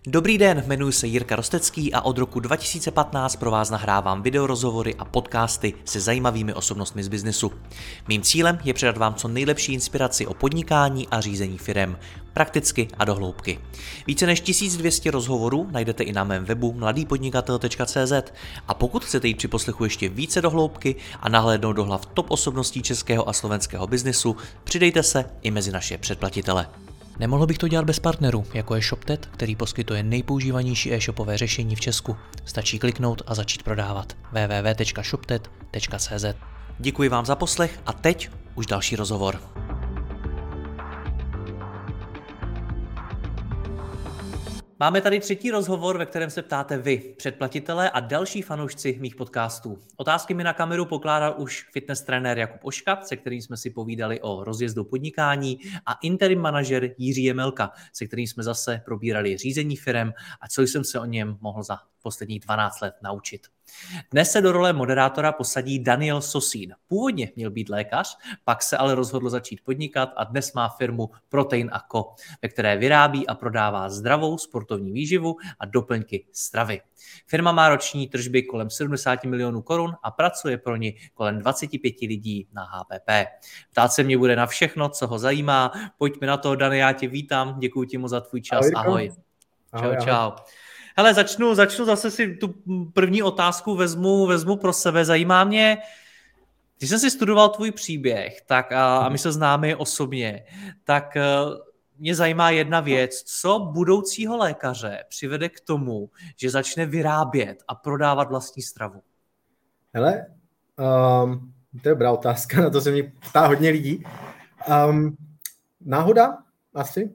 Dobrý den, jmenuji se Jirka Rostecký a od roku 2015 pro vás nahrávám videorozhovory a podcasty se zajímavými osobnostmi z biznesu. Mým cílem je předat vám co nejlepší inspiraci o podnikání a řízení firem, prakticky a do hloubky. Více než 1200 rozhovorů najdete i na mém webu mladýpodnikatel.cz a pokud chcete jít při poslechu ještě více do hloubky a nahlédnout do hlav top osobností českého a slovenského biznesu, přidejte se i mezi naše předplatitele. Nemohl bych to dělat bez partnerů, jako je ShopTet, který poskytuje nejpoužívanější e-shopové řešení v Česku. Stačí kliknout a začít prodávat. www.shoptet.cz. Děkuji vám za poslech a teď už další rozhovor. Máme tady třetí rozhovor, ve kterém se ptáte vy, předplatitelé a další fanoušci mých podcastů. Otázky mi na kameru pokládal už fitness trenér Jakub Oška, se kterým jsme si povídali o rozjezdu podnikání, a interim manažer Jiří Jemelka, se kterým jsme zase probírali řízení firem a co jsem se o něm mohl za posledních 12 let naučit. Dnes se do role moderátora posadí Daniel Sosín. Původně měl být lékař, pak se ale rozhodl začít podnikat a dnes má firmu Protein & Co, ve které vyrábí a prodává zdravou sportovní výživu a doplňky stravy. Firma má roční tržby kolem 70 milionů korun a pracuje pro ní kolem 25 lidí na HPP. Ptát se mě bude na všechno, co ho zajímá. Pojďme na to, Dani, já tě vítám, děkuji ti moc za tvůj čas. Ahoj. Čau. Hele, začnu zase si tu první otázku vezmu pro sebe. Zajímá mě, když jsem si studoval tvůj příběh tak a my se známe osobně, tak mě zajímá jedna věc. Co budoucího lékaře přivede k tomu, že začne vyrábět a prodávat vlastní stravu? Hele, to je dobrá otázka, na to se mě ptá hodně lidí. Náhoda asi.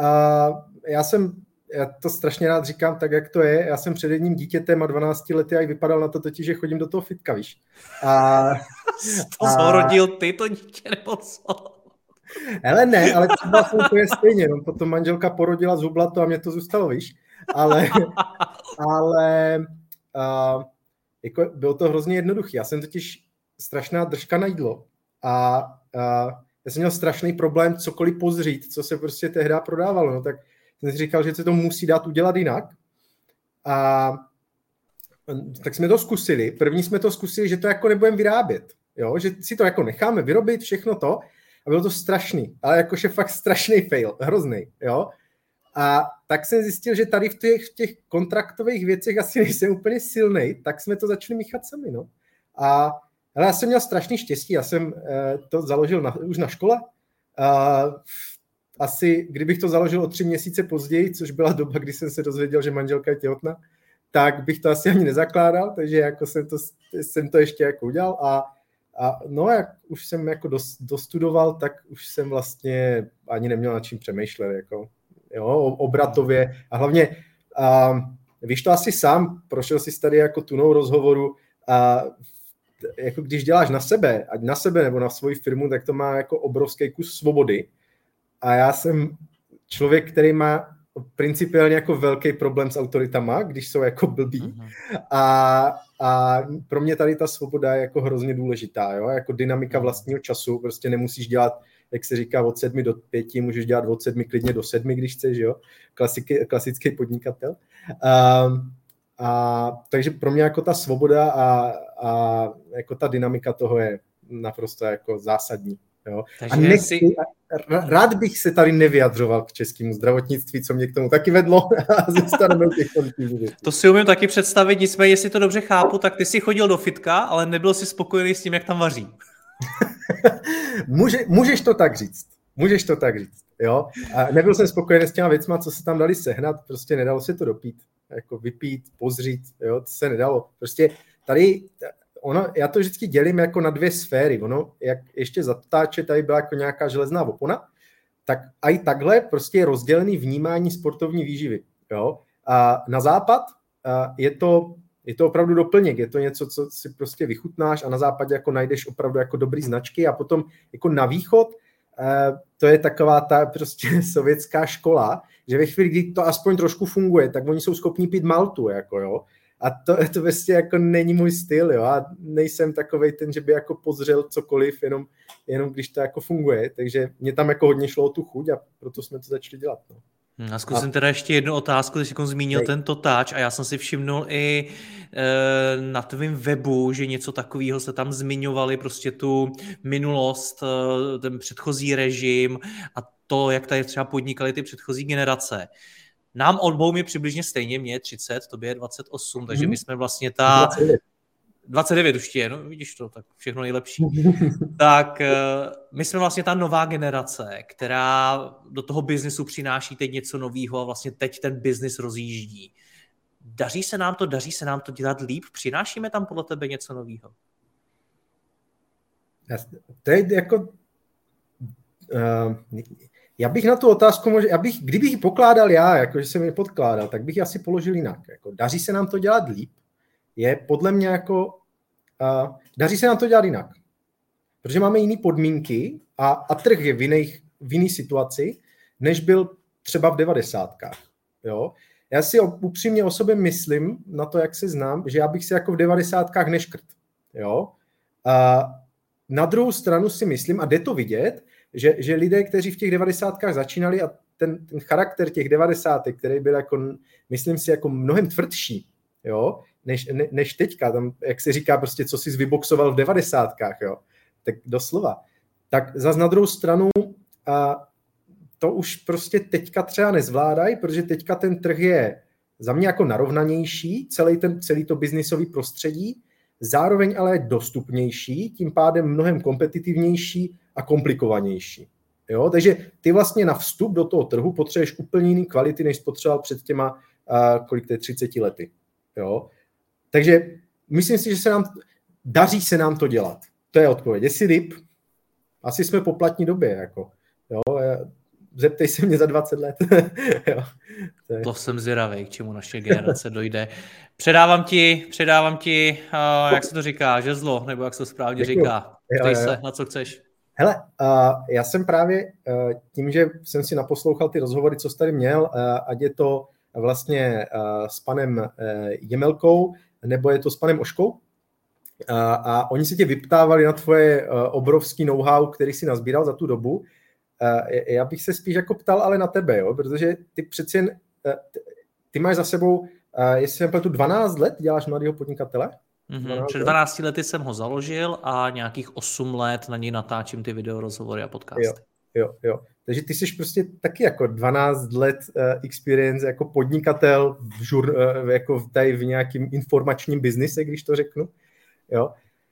Já to strašně rád říkám tak, jak to je. Já jsem před jedním dítětem a 12 lety a vypadal na to totiž, že chodím do toho fitka, víš. To zhorodil ty, to dítě, nebo co? Hele ne, ale třeba jsem to je stejně. No, potom manželka porodila, zhubla to a mě to zůstalo, víš. Ale jako bylo to hrozně jednoduché. Já jsem totiž strašná držka na jídlo a já jsem měl strašný problém cokoliv pozřít, co se prostě tehdy prodávalo. No, tak jsem si říkal, že se to musí dát udělat jinak. A tak jsme to zkusili. První jsme to zkusili, že to jako nebudeme vyrábět. Jo? Že si to jako necháme vyrobit, všechno to. A bylo to strašný. Ale jakože fakt strašný fail. Hrozný. Jo? A tak jsem zjistil, že tady v těch kontraktových věcech asi nejsem úplně silnej, tak jsme to začali míchat sami. No? Ale já jsem měl strašný štěstí. Já jsem to založil už na škole. Asi, kdybych to založil o 3 měsíce později, což byla doba, kdy jsem se dozvěděl, že manželka je těhotná, tak bych to asi ani nezakládal, takže jako jsem to ještě jako udělal a no, jak už jsem jako dostudoval, tak už jsem vlastně ani neměl nad čím přemýšlet, jako, jo, obratově a hlavně víš to asi sám, prošel jsi tady jako tunou rozhovoru a jako když děláš na sebe, ať na sebe nebo na svoji firmu, tak to má jako obrovský kus svobody. A já jsem člověk, který má principiálně jako velký problém s autoritama, když jsou jako blbí. A pro mě tady ta svoboda je jako hrozně důležitá, jo? Jako dynamika vlastního času, prostě nemusíš dělat, jak se říká, od 7 do 5, můžeš dělat od 7 klidně do 7, když chceš, jo? Klasický podnikatel. Takže pro mě jako ta svoboda a jako ta dynamika toho je naprosto jako zásadní. Jo? Rád bych se tady nevyjadřoval k českému zdravotnictví, co mě k tomu taky vedlo. To si umím taky představit, nicméně, jestli to dobře chápu, tak ty jsi chodil do fitka, ale nebyl jsi spokojený s tím, jak tam vaří. Můžeš to tak říct. Jo? A nebyl jsem spokojený s těma věcma, co se tam dali sehnat, prostě nedalo se to dopít, jako vypít, pozřít, jo? To se nedalo. Prostě tady já to vždycky dělím jako na 2 sféry. Ono, jak ještě za Tatáče tady byla jako nějaká železná opona, tak i takhle prostě je rozdělený vnímání sportovní výživy. Jo? A na západ je to opravdu doplněk, je to něco, co si prostě vychutnáš a na západě jako najdeš opravdu jako dobrý značky a potom jako na východ to je taková ta prostě sovětská škola, že ve chvíli, kdy to aspoň trošku funguje, tak oni jsou schopni pít maltu, jako jo. A to vlastně jako není můj styl, jo. A nejsem takovej ten, že by jako pozřel cokoliv, jenom když to jako funguje. Takže mě tam jako hodně šlo o tu chuť a proto jsme to začali dělat, no. A zkusím teda ještě jednu otázku, když jsi zmínil ten totáč a já jsem si všimnul i na tvém webu, že něco takového se tam zmiňovali, prostě tu minulost, ten předchozí režim a to, jak tady třeba podnikaly ty předchozí generace. Nám obou je přibližně stejně, mě je 30, tobě je 28, takže my jsme vlastně ta... 29 už je, no vidíš to, tak všechno nejlepší. Tak my jsme vlastně ta nová generace, která do toho biznesu přináší teď něco nového a vlastně teď ten biznis rozjíždí. Daří se nám to dělat líp? Přinášíme tam podle tebe něco nového? To je jako... já bych na tu otázku, kdybych ji pokládal já, jakože jsem ji podkládal, tak bych ji asi položil jinak. Jako, daří se nám to dělat líp? Je podle mě jako... daří se nám to dělat jinak. Protože máme jiné podmínky a trh je v jiné situaci, než byl třeba v 90kách. Jo? Já si upřímně o sobě myslím, na to, jak se znám, že já bych si jako v 90kách neškrt. Jo? Na druhou stranu si myslím, a jde to vidět, že lidé, kteří v těch 90kách začínali a ten charakter těch 90, který byl jako, myslím si, jako mnohem tvrdší, jo, než teďka, tam, jak se říká, prostě, co jsi vyboxoval v 90kách, jo, tak doslova. Tak zas na druhou stranu to už prostě teďka třeba nezvládají, protože teďka ten trh je za mě jako narovnanější, celý to biznisový prostředí, zároveň ale dostupnější, tím pádem mnohem kompetitivnější a komplikovanější. Jo? Takže ty vlastně na vstup do toho trhu potřebuješ úplně jiný kvality, než spotřeboval před těma, kolik to je, 30 lety. Jo? Takže myslím si, že daří se nám to dělat. To je odpověď. Jestli líp, asi jsme po platní době. Jako. Jo? Zeptej se mě za 20 let. Jo? To jsem zvědavý, k čemu naše generace dojde. Předávám ti, jak se to říká, žezlo, nebo jak se to správně říká. Ptej se, na co chceš. Hele, já jsem právě tím, že jsem si naposlouchal ty rozhovory, co jsi tady měl, ať je to vlastně s panem Jemelkou, nebo je to s panem Oškou, a oni se tě vyptávali na tvoje obrovský know-how, který si nazbíral za tu dobu. Já bych se spíš jako ptal ale na tebe, jo? Protože ty přeci jen, ty máš za sebou, jestli jsem tu 12 let děláš mladého podnikatele? Před 12 lety jsem ho založil a nějakých 8 let na něj natáčím ty videorozhovory a podcasty. Jo. Takže ty jsi prostě taky jako 12 let experience jako podnikatel jako tady v nějakým informačním biznise, když to řeknu. Jo.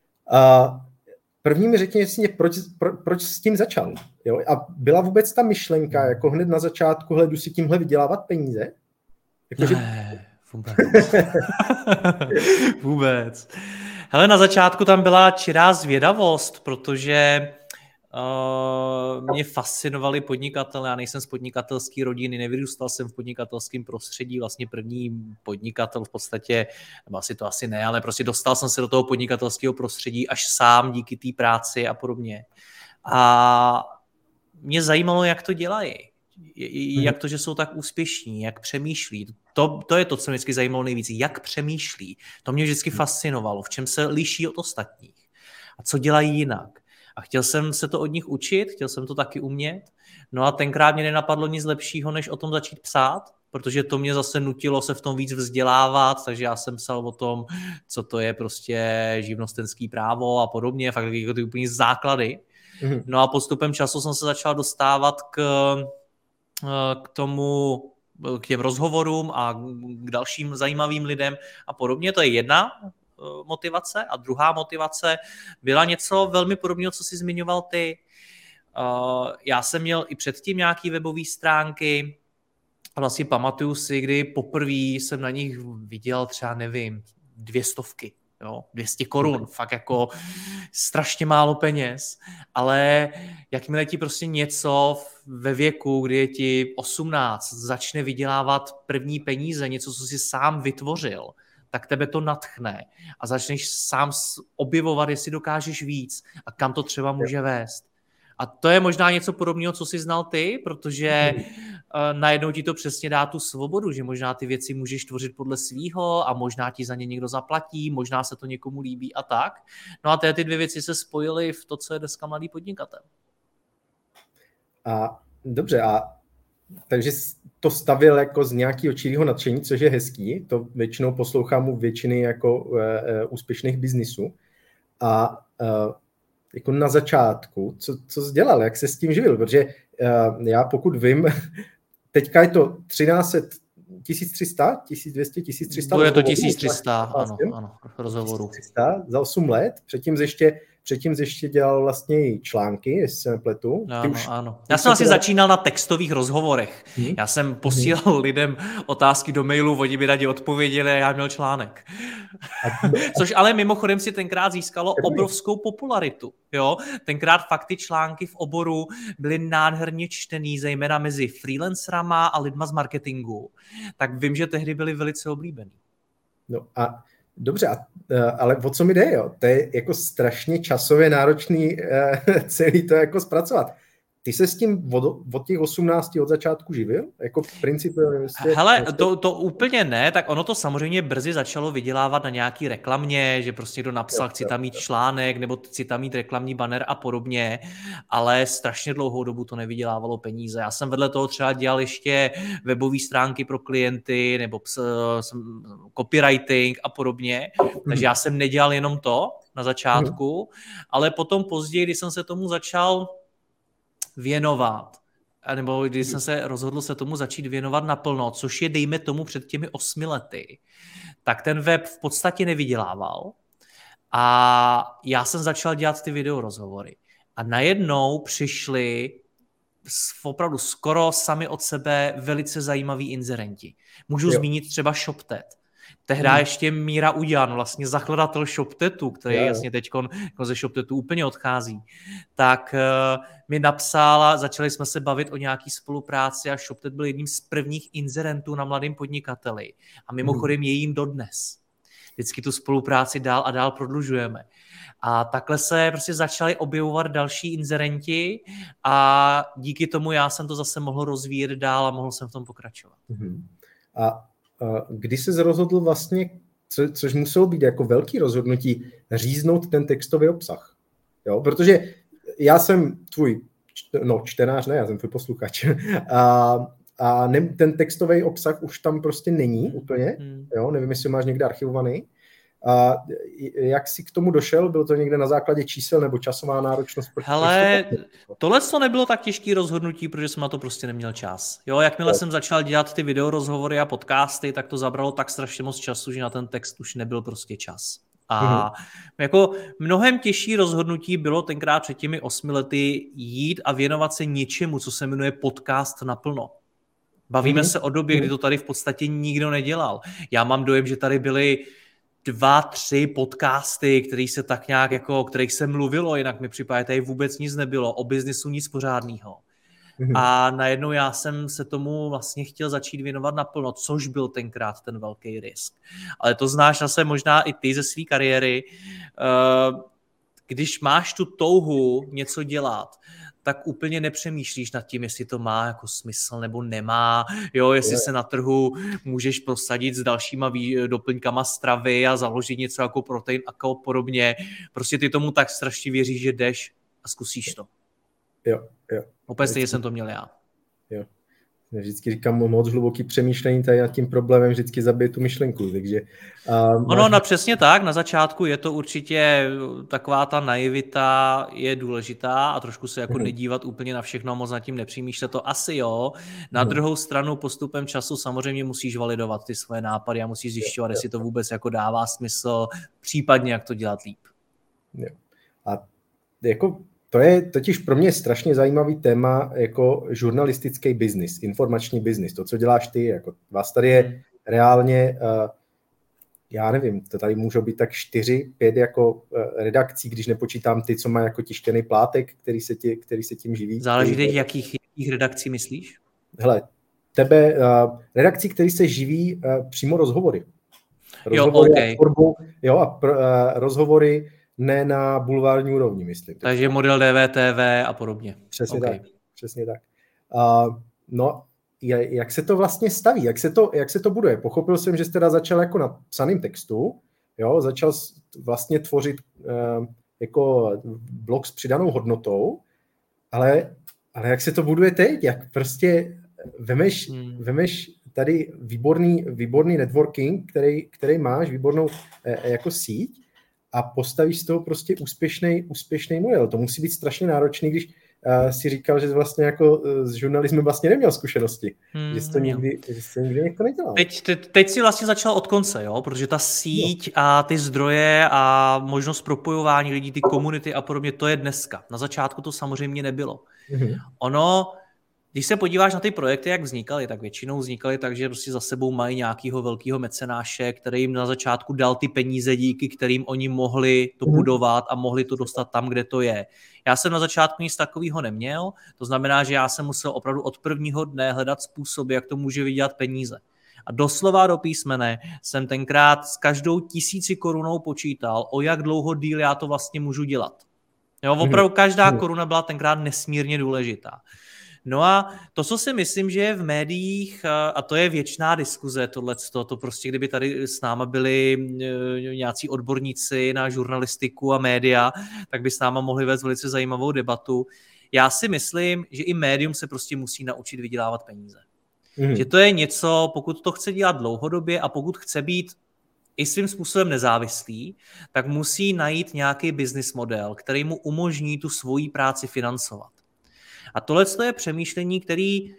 První mi řekni, proč s tím začal. Jo? A byla vůbec ta myšlenka, jako hned na začátku, jdu si tímhle vydělávat peníze? Jako, ne, vůbec. Hele, na začátku tam byla čirá zvědavost, protože mě fascinovali podnikatelé. Já nejsem z podnikatelské rodiny, nevyrůstal jsem v podnikatelském prostředí, vlastně první podnikatel v podstatě, nebo asi to asi ne, ale prostě dostal jsem se do toho podnikatelského prostředí až sám díky té práci a podobně. A mě zajímalo, jak to dělají. Jak to, že jsou tak úspěšní, jak přemýšlí. To je to, co mě vždycky zajímalo nejvíc. Jak přemýšlí. To mě vždycky fascinovalo. V čem se liší od ostatních. A co dělají jinak. A chtěl jsem se to od nich učit, chtěl jsem to taky umět. No a tenkrát mě nenapadlo nic lepšího, než o tom začít psát, protože to mě zase nutilo se v tom víc vzdělávat, takže já jsem psal o tom, co to je prostě živnostenský právo a podobně, fakt jako ty úplně základy. No a postupem času jsem se začal dostávat k těm rozhovorům a k dalším zajímavým lidem a podobně. To je jedna motivace a druhá motivace byla něco velmi podobného, co jsi zmiňoval ty. Já jsem měl i předtím nějaký webové stránky a vlastně pamatuju si, kdy poprvé jsem na nich viděl třeba, nevím, 200, jo, 200 korun, fakt jako strašně málo peněz, ale jakmile ti prostě něco ve věku, kdy je ti 18, začne vydělávat první peníze, něco, co jsi sám vytvořil, tak tebe to nadchne a začneš sám objevovat, jestli dokážeš víc a kam to třeba může vést. A to je možná něco podobného, co jsi znal ty, protože najednou ti to přesně dá tu svobodu, že možná ty věci můžeš tvořit podle svýho a možná ti za ně někdo zaplatí, možná se to někomu líbí a tak. No a ty dvě věci se spojily v to, co je dneska mladý podnikatel. Dobře, a takže to stavil jako z nějakého čirého nadšení, což je hezký, to většinou poslouchám u většiny jako úspěšných biznisů. A jako na začátku, co jsi dělal, jak se s tím živil, protože já pokud vím, teďka je to 1300, 1200, 1300. Bude to 1300, ano, rozhovorů. 1300 za 8 let, předtím ještě dělal vlastně i články, jestli se nepletu. Ano. Já jsem asi začínal na textových rozhovorech. Já jsem posílal lidem otázky do mailu, oni mi raději odpověděli a já měl článek. Což ale mimochodem si tenkrát získalo obrovskou popularitu. Jo? Tenkrát fakt ty články v oboru byly nádherně čtený, zejména mezi freelancerama a lidma z marketingu. Tak vím, že tehdy byly velice oblíbený. No a dobře, ale o co mi jde, jo? To je jako strašně časově náročný celý to jako zpracovat. Ty se s tím od těch 18 od začátku živil? Jako v principu... Hele, to úplně ne, tak ono to samozřejmě brzy začalo vydělávat na nějaký reklamě, že prostě někdo napsal, chci tam mít článek, nebo chci tam mít reklamní banner a podobně, ale strašně dlouhou dobu to nevydělávalo peníze. Já jsem vedle toho třeba dělal ještě webové stránky pro klienty, nebo copywriting a podobně, takže já jsem nedělal jenom to na začátku, ale potom později, když jsem se tomu začal věnovat, nebo když jsem se rozhodl se tomu začít věnovat naplno, což je dejme tomu před těmi 8 lety, tak ten web v podstatě nevydělával a já jsem začal dělat ty videorozhovory a najednou přišli opravdu skoro sami od sebe velice zajímaví inzerenti. Můžu zmínit třeba ShopTet. Tehdy ještě Míra Ujan, vlastně zakladatel ShopTetu, který jasně teď ze ShopTetu úplně odchází, tak mi napsal a začali jsme se bavit o nějaký spolupráci a ShopTet byl jedním z prvních inzerentů na mladém podnikateli. A mimochodem je jim dodnes. Vždycky tu spolupráci dál a dál prodlužujeme. A takhle se prostě začali objevovat další inzerenti a díky tomu já jsem to zase mohl rozvíjet dál a mohl jsem v tom pokračovat. A když se rozhodl vlastně, což muselo být jako velký rozhodnutí, říznout ten textový obsah. Jo? Protože já jsem tvůj, čtenář, ne, já jsem tvůj posluchač. A ten textový obsah už tam prostě není úplně. Jo? Nevím, jestli máš někde archivovaný. A jak jsi k tomu došel? Bylo to někde na základě čísel nebo časová náročnost? Hele, tohle to nebylo tak těžké rozhodnutí, protože jsem na to prostě neměl čas. Jo, jakmile jsem začal dělat ty videorozhovory a podcasty, tak to zabralo tak strašně moc času, že na ten text už nebyl prostě čas. A jako mnohem těžší rozhodnutí bylo tenkrát před těmi 8 lety jít a věnovat se něčemu, co se jmenuje podcast naplno. Bavíme se o době, kdy to tady v podstatě nikdo nedělal. Já mám dojem, že tady byly 2-3 podcasty, který se tak nějak jako, o kterých se mluvilo, jinak mi připadá, tady vůbec nic nebylo, o biznisu nic pořádného. A najednou já jsem se tomu vlastně chtěl začít věnovat naplno, což byl tenkrát ten velký risk. Ale to znáš zase možná i ty ze své kariéry. Když máš tu touhu něco dělat, tak úplně nepřemýšlíš nad tím, jestli to má jako smysl nebo nemá, jo, jestli se na trhu můžeš prosadit s dalšíma doplňkama stravy a založit něco jako protein a podobně. Prostě ty tomu tak strašně věříš, že jdeš a zkusíš to. Jo. Úplně stejně jsem to měl já. Jo. Vždycky říkám, moc hluboký přemýšlení tady nad tím problémem vždycky zabije tu myšlenku, takže... No, přesně tak, na začátku je to určitě taková ta naivita je důležitá a trošku se jako nedívat úplně na všechno, moc nad tím nepřemýšlet, to asi jo. Na druhou stranu postupem času samozřejmě musíš validovat ty svoje nápady a musíš zjišťovat, jestli to vůbec jako dává smysl, případně jak to dělat líp. Jo. A jako... To je totiž pro mě strašně zajímavý téma jako žurnalistický biznis, informační biznis, to, co děláš ty. Jako vás tady je reálně, já nevím, to tady můžou být tak 4-5 jako redakcí, když nepočítám ty, co mají jako tištěný plátek, který se tím živí. Záleží teď, jakých redakcí myslíš? Hele, redakcí, který se živí přímo rozhovory. Rozhovory ne na bulvární úrovni, myslím. Takže model DVTV a podobně. Přesně tak. No, jak se to vlastně staví? Jak se to buduje? Pochopil jsem, že jste teda začal jako na psaném textu, jo? Začal vlastně tvořit jako blog s přidanou hodnotou, ale jak se to buduje teď? Jak prostě vemeš tady výborný networking, který máš, výbornou jako síť a postavíš z toho prostě úspěšný model. To musí být strašně náročný, když si říkal, že vlastně jako s žurnalismem vlastně neměl zkušenosti. Že jsi to nikdy někdo nedělal. Teď si vlastně začal od konce, jo? Protože ta síť a ty zdroje a možnost propojování lidí, ty komunity a podobně, to je dneska. Na začátku to samozřejmě nebylo. Ono, když se podíváš na ty projekty, jak vznikaly, tak většinou vznikaly tak, že prostě za sebou mají nějakého velkého mecenáše, který jim na začátku dal ty peníze, díky kterým oni mohli to budovat a mohli to dostat tam, kde to je. Já jsem na začátku nic takového neměl, to znamená, že já jsem musel opravdu od prvního dne hledat způsoby, jak to může vydělat peníze. A doslova do písmene jsem tenkrát s každou 1000 korunou počítal, o jak dlouho díl já to vlastně můžu dělat. Jo, opravdu každá koruna byla tenkrát nesmírně důležitá. No a to, co si myslím, že je v médiích, a to je věčná diskuze, to prostě, kdyby tady s náma byli nějací odborníci na žurnalistiku a média, tak by s náma mohli vést velice zajímavou debatu. Já si myslím, že i médium se prostě musí naučit vydělávat peníze. Že to je něco, pokud to chce dělat dlouhodobě a pokud chce být i svým způsobem nezávislý, tak musí najít nějaký business model, který mu umožní tu svoji práci financovat. A tohle je přemýšlení, který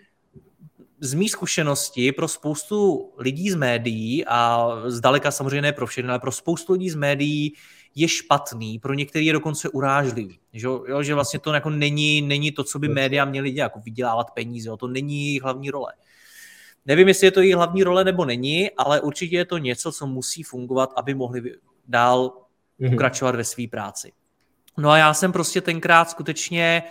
z mých zkušeností pro spoustu lidí z médií, a zdaleka samozřejmě ne pro všechny, ale pro spoustu lidí z médií je špatný, pro některý je dokonce urážlivý. Že vlastně to jako není to, co by média měly dělat, jako vydělávat peníze, to není jejich hlavní role. Nevím, jestli je to jejich hlavní role nebo není, ale určitě je to něco, co musí fungovat, aby mohli dál pokračovat ve své práci. No a já jsem prostě tenkrát skutečně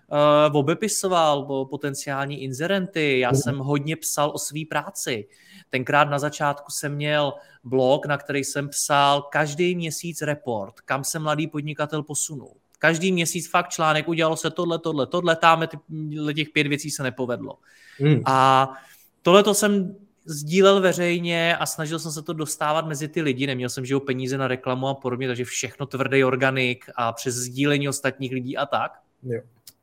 obepisoval o potenciální inzerenty, já jsem hodně psal o své práci. Tenkrát na začátku jsem měl blog, na který jsem psal každý měsíc report, kam se mladý podnikatel posunul. Každý měsíc fakt článek, udělalo se tohle, tam těch 5 věcí se nepovedlo. A tohleto jsem sdílel veřejně a snažil jsem se to dostávat mezi ty lidi, neměl jsem peníze na reklamu a podobně, takže všechno tvrdý organik a přes sdílení ostatních lidí a tak. Jo.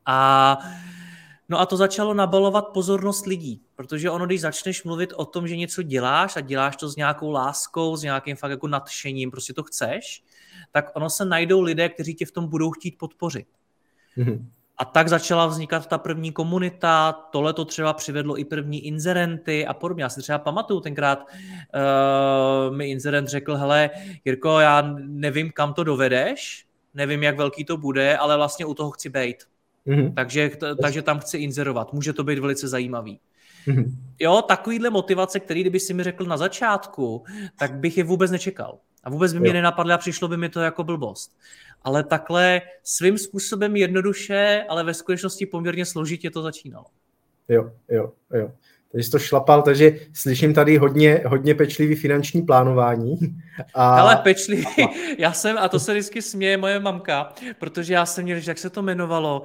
No a to začalo nabalovat pozornost lidí, protože ono, když začneš mluvit o tom, že něco děláš a děláš to s nějakou láskou, s nějakým fakt jako nadšením, prostě to chceš, tak ono se najdou lidé, kteří tě v tom budou chtít podpořit. A tak začala vznikat ta první komunita, tohle to třeba přivedlo i první inzerenty a podobně. Já si třeba pamatuju, tenkrát mi inzerent řekl, hele Jirko, já nevím, kam to dovedeš, nevím, jak velký to bude, ale vlastně u toho chci bejt. Takže tam chci inzerovat. Může to být velice zajímavý. Jo, takovýhle motivace, který kdyby si mi řekl na začátku, tak bych je vůbec nečekal. A vůbec by mě nenapadlo a přišlo by mi to jako blbost. Ale takhle svým způsobem jednoduše, ale ve skutečnosti poměrně složitě to začínalo. Jo. Takže jsi to šlapal, takže slyším tady hodně pečlivý finanční plánování. Hele, pečlivý, já jsem, a to se vždycky směje moje mamka, protože já jsem měl, jak se to jmenovalo,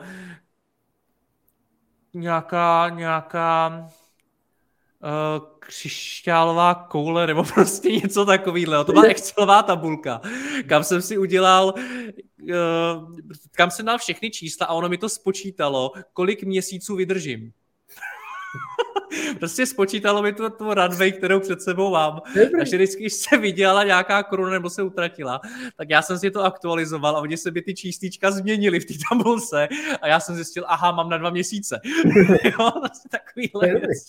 nějaká křišťálová koule, nebo prostě něco takového. To byla Excelová tabulka, kam jsem si udělal, kam jsem dal všechny čísla a ono mi to spočítalo, kolik měsíců vydržím. Prostě spočítalo mi tu runway, kterou před sebou mám. Takže vždycky, když se vydělala nějaká koruna nebo se utratila, tak já jsem si to aktualizoval a oni se by ty číslička změnily v té tabulce a já jsem zjistil, aha, mám na 2 měsíce. Jo, vlastně takovýhle věci.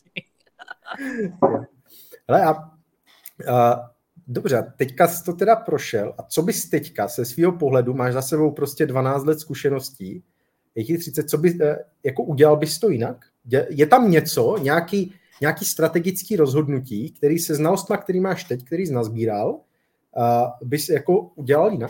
Hele, dobře, teďka jsi to teda prošel a co bys teďka se svýho pohledu, máš za sebou prostě 12 let zkušeností, je ti 30, co bys, jako udělal bys to jinak? Je tam něco, nějaký strategický rozhodnutí, který se znalostma, který máš teď, který jsi nazbíral, bys jako udělal jinak?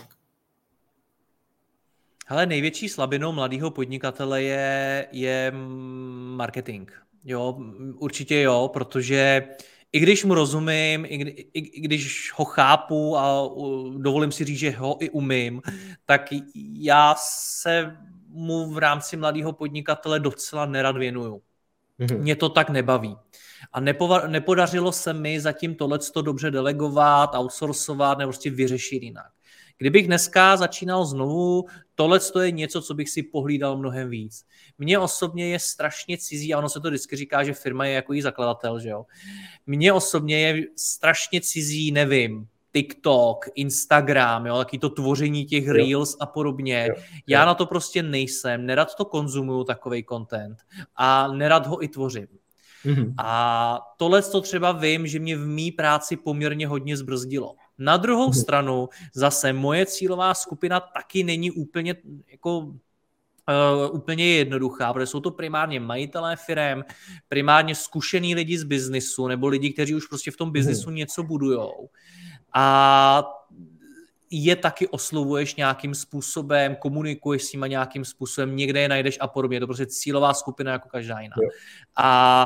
Hele, největší slabinou mladého podnikatele je marketing. Jo, určitě jo, protože i když mu rozumím, i když ho chápu a dovolím si říct, že ho i umím, tak já se mu v rámci mladého podnikatele docela nerad věnuju. Mě to tak nebaví. A nepodařilo se mi zatím tohleto dobře delegovat, outsourcovat nebo prostě vyřešit jinak. Kdybych dneska začínal znovu, tohle je něco, co bych si pohlídal mnohem víc. Mně osobně je strašně cizí, a ono se to vždycky říká, že firma je jako jí zakladatel, že jo. Mně osobně je strašně cizí, nevím, TikTok, Instagram, jo, taky to tvoření těch reels a podobně. Já na to prostě nejsem, nerad to konzumuju, takovej content, a nerad ho i tvořím. A tohle to třeba vím, že mě v mý práci poměrně hodně zbrzdilo. Na druhou stranu zase moje cílová skupina taky není úplně jako úplně jednoduchá, protože jsou to primárně majitelé firem, primárně zkušený lidi z biznisu nebo lidi, kteří už prostě v tom biznisu něco budujou. A je taky oslovuješ nějakým způsobem, komunikuješ s nima nějakým způsobem, někde je najdeš a podobně. Je to prostě cílová skupina jako každá jiná. A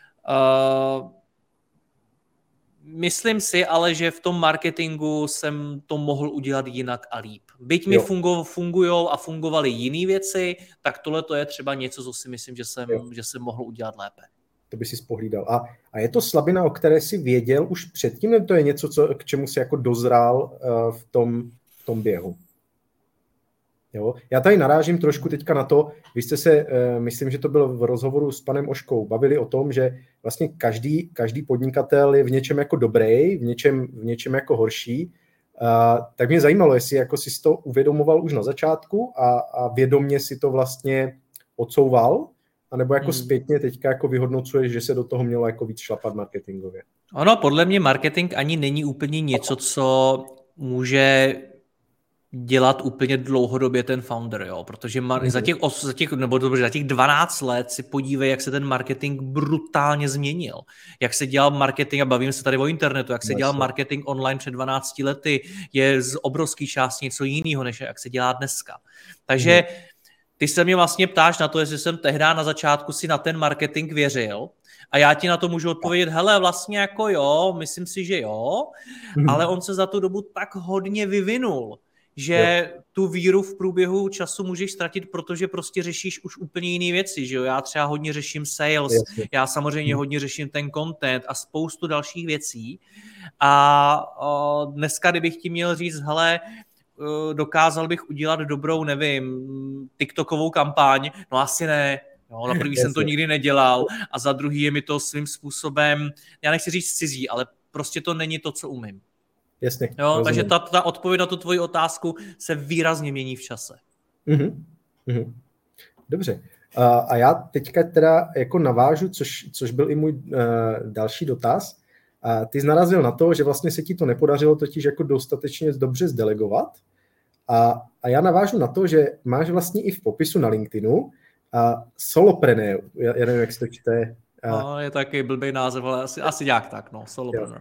myslím si ale, že v tom marketingu jsem to mohl udělat jinak a líp. Byť mi fungujou a fungovaly jiné věci, tak tohle to je třeba něco, co si myslím, že jsem mohl udělat lépe. To by si spohlídal. A je to slabina, o které jsi věděl už předtím, nebo to je něco, k čemu jsi jako dozrál v tom běhu? Jo? Já tady narážím trošku teďka na to, vy jste se, myslím, že to bylo v rozhovoru s panem Oškou, bavili o tom, že vlastně každý podnikatel je v něčem jako dobrý, v něčem jako horší. Tak mě zajímalo, jestli jako jsi to uvědomoval už na začátku a vědomě si to vlastně odsouval, anebo jako zpětně teďka jako vyhodnocuješ, že se do toho mělo jako víc šlapat marketingově? Ono, podle mě marketing ani není úplně něco, co může dělat úplně dlouhodobě ten founder, jo, protože za těch 12 let si podívej, jak se ten marketing brutálně změnil. Jak se dělal marketing, a bavíme se tady o internetu, jak se dělal marketing online před 12 lety, je z obrovský části něco jiného, než jak se dělá dneska. Takže ty se mě vlastně ptáš na to, jestli jsem tehdy na začátku si na ten marketing věřil, a já ti na to můžu odpovědět, hele, vlastně jako jo, myslím si, že jo, ale on se za tu dobu tak hodně vyvinul, že tu víru v průběhu času můžeš ztratit, protože prostě řešíš už úplně jiné věci, že jo? Já třeba hodně řeším sales, já samozřejmě hodně řeším ten content a spoustu dalších věcí. A dneska, kdybych ti měl říct, hele, dokázal bych udělat dobrou, nevím, TikTokovou kampaň, no asi ne. No, za prvý jsem to nikdy nedělal a za druhý je mi to svým způsobem, já nechci říct cizí, ale prostě to není to, co umím. Jasně, jo, takže ta odpověď na tu tvoji otázku se výrazně mění v čase. Dobře. A já teďka teda jako navážu, což byl i můj další dotaz. Ty jsi narazil na to, že vlastně se ti to nepodařilo totiž jako dostatečně dobře zdelegovat. A já navážu na to, že máš vlastně i v popisu na LinkedInu solopreneur. Já nevím, jak se to čte. No, je taky blbý název, ale asi nějak tak, no, solopreneur.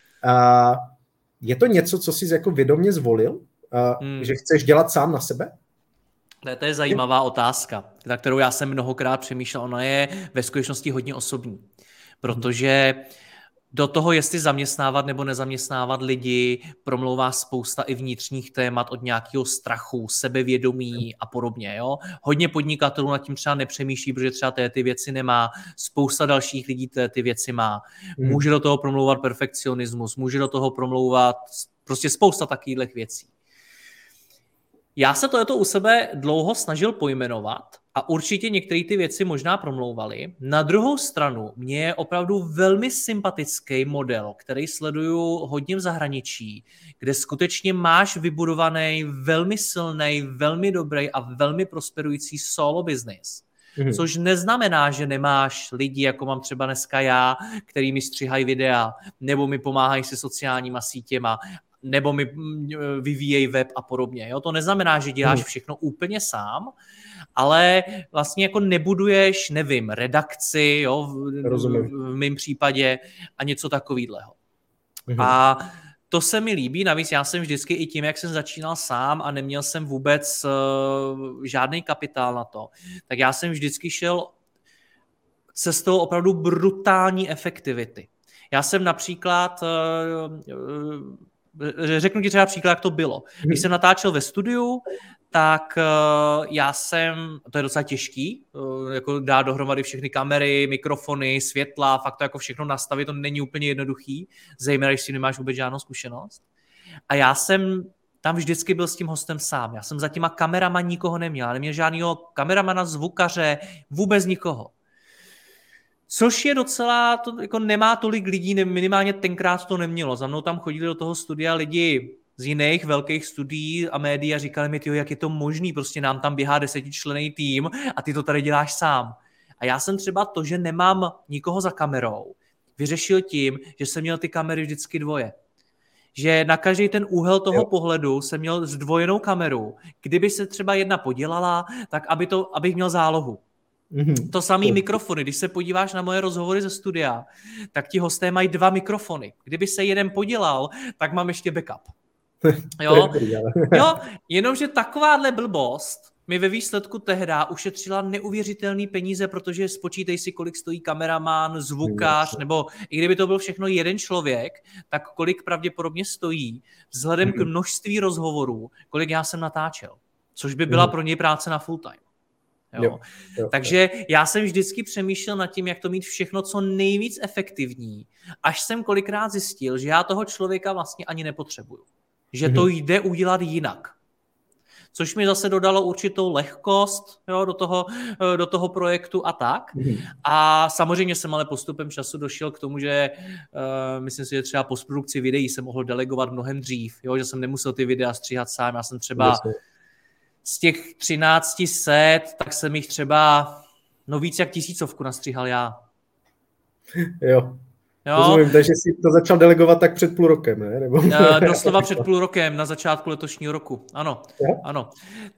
Je to něco, co jsi jako vědomě zvolil? Že chceš dělat sám na sebe? To je zajímavá otázka, na kterou já jsem mnohokrát přemýšlel. Ona je ve skutečnosti hodně osobní, protože do toho, jestli zaměstnávat nebo nezaměstnávat lidi, promlouvá spousta i vnitřních témat od nějakého strachu, sebevědomí a podobně. Jo? Hodně podnikatelů nad tím třeba nepřemýšlí, protože třeba ty věci nemá. Spousta dalších lidí ty věci má. Může do toho promlouvat perfekcionismus, může do toho promlouvat prostě spousta takových věcí. Já se tohleto u sebe dlouho snažil pojmenovat a určitě některé ty věci možná promlouvaly. Na druhou stranu mě je opravdu velmi sympatický model, který sleduju hodně v zahraničí, kde skutečně máš vybudovaný velmi silný, velmi dobrý a velmi prosperující solo business. Což neznamená, že nemáš lidi, jako mám třeba dneska já, který mi stříhají videa, nebo mi pomáhají se sociálníma sítěma, nebo mi vyvíjejí web a podobně. Jo? To neznamená, že děláš všechno úplně sám, ale vlastně jako nebuduješ, nevím, redakci, jo, v mém případě a něco takového. A to se mi líbí, navíc já jsem vždycky i tím, jak jsem začínal sám a neměl jsem vůbec žádný kapitál na to, tak já jsem vždycky šel cestou opravdu brutální efektivity. Já jsem například... Řeknu ti třeba příklad, jak to bylo. Když jsem natáčel ve studiu, tak já jsem, to je docela těžký, jako dát dohromady všechny kamery, mikrofony, světla, fakt to jako všechno nastavit, to není úplně jednoduchý, zejména když si nemáš vůbec žádnou zkušenost. A já jsem tam vždycky byl s tím hostem sám. Já jsem za těma kamerama nikoho neměl. Neměl žádného kameramana, zvukaře, vůbec nikoho. Což je docela, to jako nemá tolik lidí, minimálně tenkrát to nemělo. Za mnou tam chodili do toho studia lidi z jiných velkých studií a médií a říkali mi, tyjo, jak je to možný, prostě nám tam běhá 10členný tým a ty to tady děláš sám. A já jsem třeba to, že nemám nikoho za kamerou, vyřešil tím, že jsem měl ty kamery vždycky dvoje. Že na každý ten úhel toho pohledu jsem měl zdvojenou kameru. Kdyby se třeba jedna podělala, tak abych měl zálohu. To samý mikrofony. Když se podíváš na moje rozhovory ze studia, tak ti hosté mají 2 mikrofony. Kdyby se jeden podělal, tak mám ještě backup. Jo, jenomže takováhle blbost mi ve výsledku tehda ušetřila neuvěřitelný peníze, protože spočítej si, kolik stojí kameraman, zvukař, nebo i kdyby to byl všechno jeden člověk, tak kolik pravděpodobně stojí vzhledem k množství rozhovorů, kolik já jsem natáčel. Což by byla pro něj práce na full time. Jo. Takže já jsem vždycky přemýšlel nad tím, jak to mít všechno co nejvíc efektivní, až jsem kolikrát zjistil, že já toho člověka vlastně ani nepotřebuju. Že to jde udělat jinak. Což mi zase dodalo určitou lehkost, jo, do toho projektu a tak. A samozřejmě jsem ale postupem času došel k tomu, že myslím si, že třeba postprodukci videí jsem mohl delegovat mnohem dřív, jo, že jsem nemusel ty videa stříhat sám. Já jsem třeba z těch 1300, tak jsem jich třeba víc jak 1000 nastříhal já. Jo. Rozumím, takže jsi to začal delegovat tak před půl rokem, ne? Nebo... Doslova před půl rokem, na začátku letošního roku. Ano.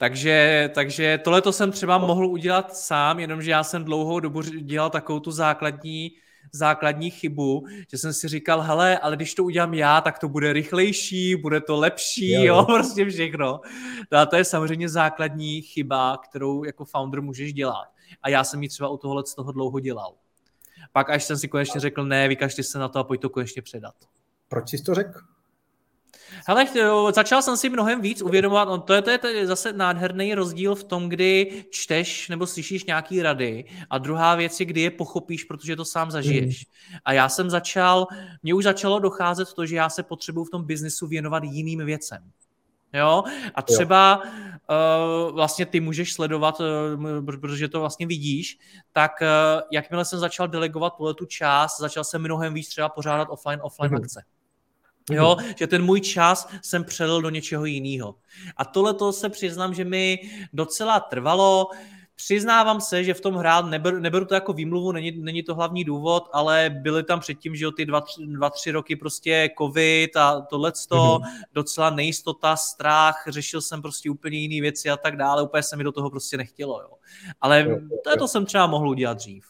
Takže tohleto jsem třeba mohl udělat sám, jenomže já jsem dlouhou dobu dělal takovou tu základní chybu, že jsem si říkal, hele, ale když to udělám já, tak to bude rychlejší, bude to lepší, jo, prostě všechno. A to je samozřejmě základní chyba, kterou jako founder můžeš dělat. A já jsem ji třeba u tohohle z toho dlouho dělal. Pak až jsem si konečně řekl, ne, vykašli se na to a pojď to konečně předat. Proč jsi to řekl? Hele, začal jsem si mnohem víc uvědomovat, to je zase nádherný rozdíl v tom, kdy čteš nebo slyšíš nějaký rady a druhá věc je, kdy je pochopíš, protože to sám zažiješ. A mně už začalo docházet to, že já se potřebuji v tom biznesu věnovat jiným věcem. Jo? A třeba vlastně ty můžeš sledovat, protože to vlastně vidíš, tak jakmile jsem začal delegovat tu část, začal jsem mnohem víc třeba pořádat offline akce. Jo, že ten můj čas jsem přelil do něčeho jiného. A tohleto se přiznám, že mi docela trvalo. Přiznávám se, že v tom hrát neberu to jako výmluvu, není to hlavní důvod, ale byly tam předtím, že ty 2-3 roky prostě covid a tohleto, docela nejistota, strach, řešil jsem prostě úplně jiné věci a tak dále, úplně se mi do toho prostě nechtělo. Jo. Ale to jsem třeba mohl udělat dřív.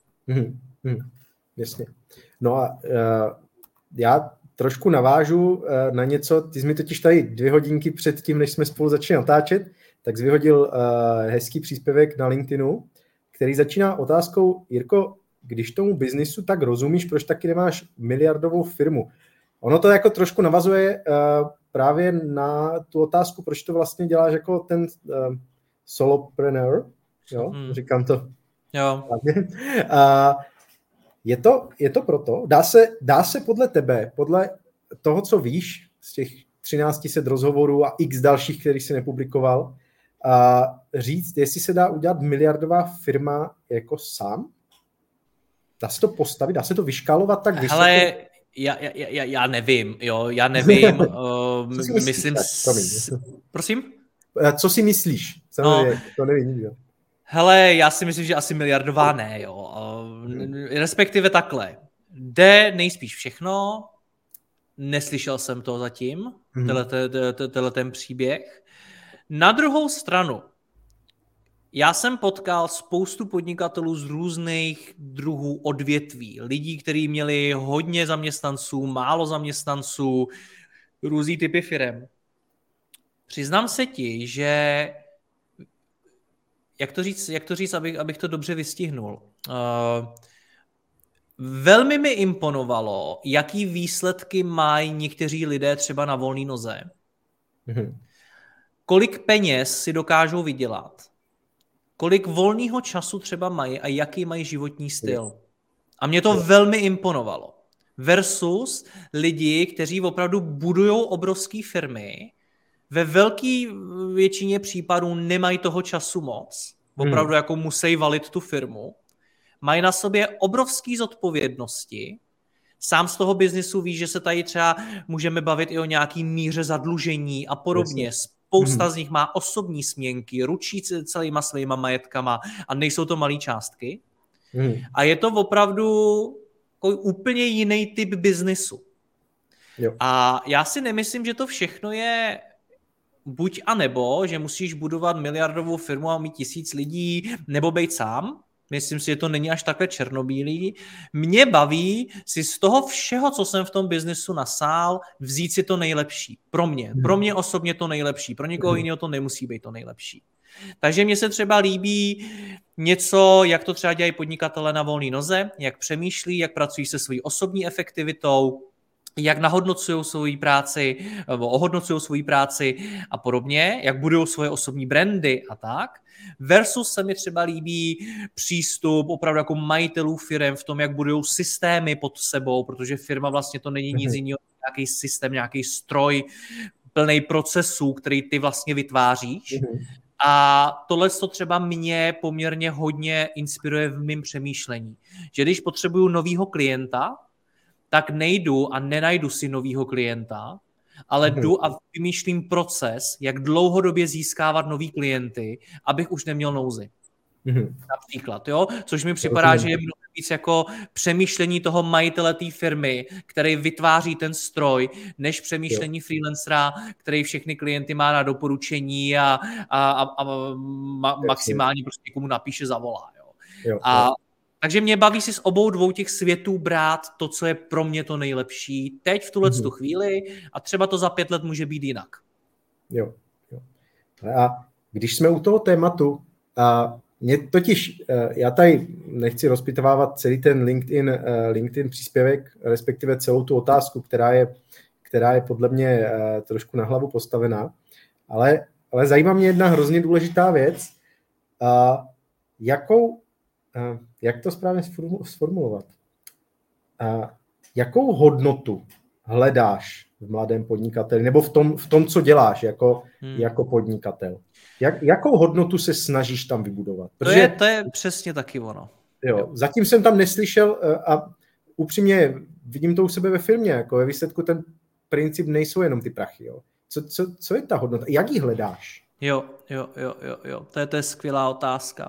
Jasně. No a já trošku navážu na něco, ty jsi mi totiž tady 2 hodinky před tím, než jsme spolu začali natáčet, tak jsi vyhodil hezký příspěvek na LinkedInu, který začíná otázkou, Jirko, když tomu biznisu tak rozumíš, proč taky nemáš miliardovou firmu? Ono to jako trošku navazuje právě na tu otázku, proč to vlastně děláš jako ten solopreneur, jo? Říkám to. Jo. Je to proto, dá se podle tebe, podle toho, co víš z těch 1300 rozhovorů a x dalších, kterých si nepublikoval, říct, jestli se dá udělat miliardová firma jako sám? Dá se to postavit? Dá se to vyškálovat tak vysoko? Hele, já nevím, jo, myslím... Prosím? Co si myslíš? Samozřejmě, to nevím nikdo. Hele, já si myslím, že asi miliardová ne, jo. Respektive takhle. Jde nejspíš všechno, neslyšel jsem to zatím, tenhle ten příběh. Na druhou stranu, já jsem potkal spoustu podnikatelů z různých druhů odvětví. Lidí, kteří měli hodně zaměstnanců, málo zaměstnanců, různý typy firem. Přiznám se ti, že jak to říct, abych to dobře vystihnul. Velmi mi imponovalo, jaký výsledky mají někteří lidé třeba na volné noze. Kolik peněz si dokážou vydělat. Kolik volného času třeba mají a jaký mají životní styl. A mě to velmi imponovalo. Versus lidi, kteří opravdu budujou obrovské firmy ve velké většině případů nemají toho času moc, opravdu jako musí valit tu firmu, mají na sobě obrovské zodpovědnosti. Sám z toho biznisu víš, že se tady třeba můžeme bavit i o nějaký míře zadlužení a podobně. Spousta z nich má osobní směnky, ručí celýma svýma majetkama a nejsou to malé částky. A je to opravdu úplně jiný typ biznisu. A já si nemyslím, že to všechno je buď a nebo, že musíš budovat miliardovou firmu a mít 1000 lidí, nebo být sám. Myslím si, že to není až takhle černobílý. Mě baví si z toho všeho, co jsem v tom biznesu nasál, vzít si to nejlepší. Pro mě osobně to nejlepší. Pro někoho jiného to nemusí být to nejlepší. Takže mně se třeba líbí něco, jak to třeba dělají podnikatelé na volné noze, jak přemýšlí, jak pracují se svojí osobní efektivitou, jak nahodnocují svoji práci, nebo ohodnocují svoji práci a podobně, jak budují svoje osobní brandy a tak. Versus se mi třeba líbí přístup opravdu jako majitelů firem v tom, jak budují systémy pod sebou, protože firma vlastně to není nic jiného, nějaký systém, nějaký stroj plný procesů, který ty vlastně vytváříš. A tohle to třeba mě poměrně hodně inspiruje v mém přemýšlení. Že když potřebuju novýho klienta, tak nejdu a nenajdu si novýho klienta, ale jdu a vymýšlím proces, jak dlouhodobě získávat nový klienty, abych už neměl nouzi. Například, jo? Což mi připadá, že je mnohem víc jako přemýšlení toho majitele té firmy, který vytváří ten stroj, než přemýšlení freelancera, který všechny klienty má na doporučení a maximálně prostě komu napíše, zavolá. Jo? Takže mě baví si z obou dvou těch světů brát to, co je pro mě to nejlepší teď v tuhletu chvíli a třeba to za 5 let může být jinak. Jo. A když jsme u toho tématu, mě totiž, já tady nechci rozpitvávat celý ten LinkedIn příspěvek, respektive celou tu otázku, která je podle mě trošku na hlavu postavená, ale zajímá mě jedna hrozně důležitá věc, jak to správně sformulovat? Jakou hodnotu hledáš v mladém podnikateli, nebo v tom co děláš jako podnikatel? Jakou hodnotu se snažíš tam vybudovat? Protože, to je přesně taky ono. Jo, zatím jsem tam neslyšel a upřímně vidím to u sebe ve firmě, jako ve výsledku ten princip nejsou jenom ty prachy. Jo. Co je ta hodnota? Jak ji hledáš? Jo. To je skvělá otázka.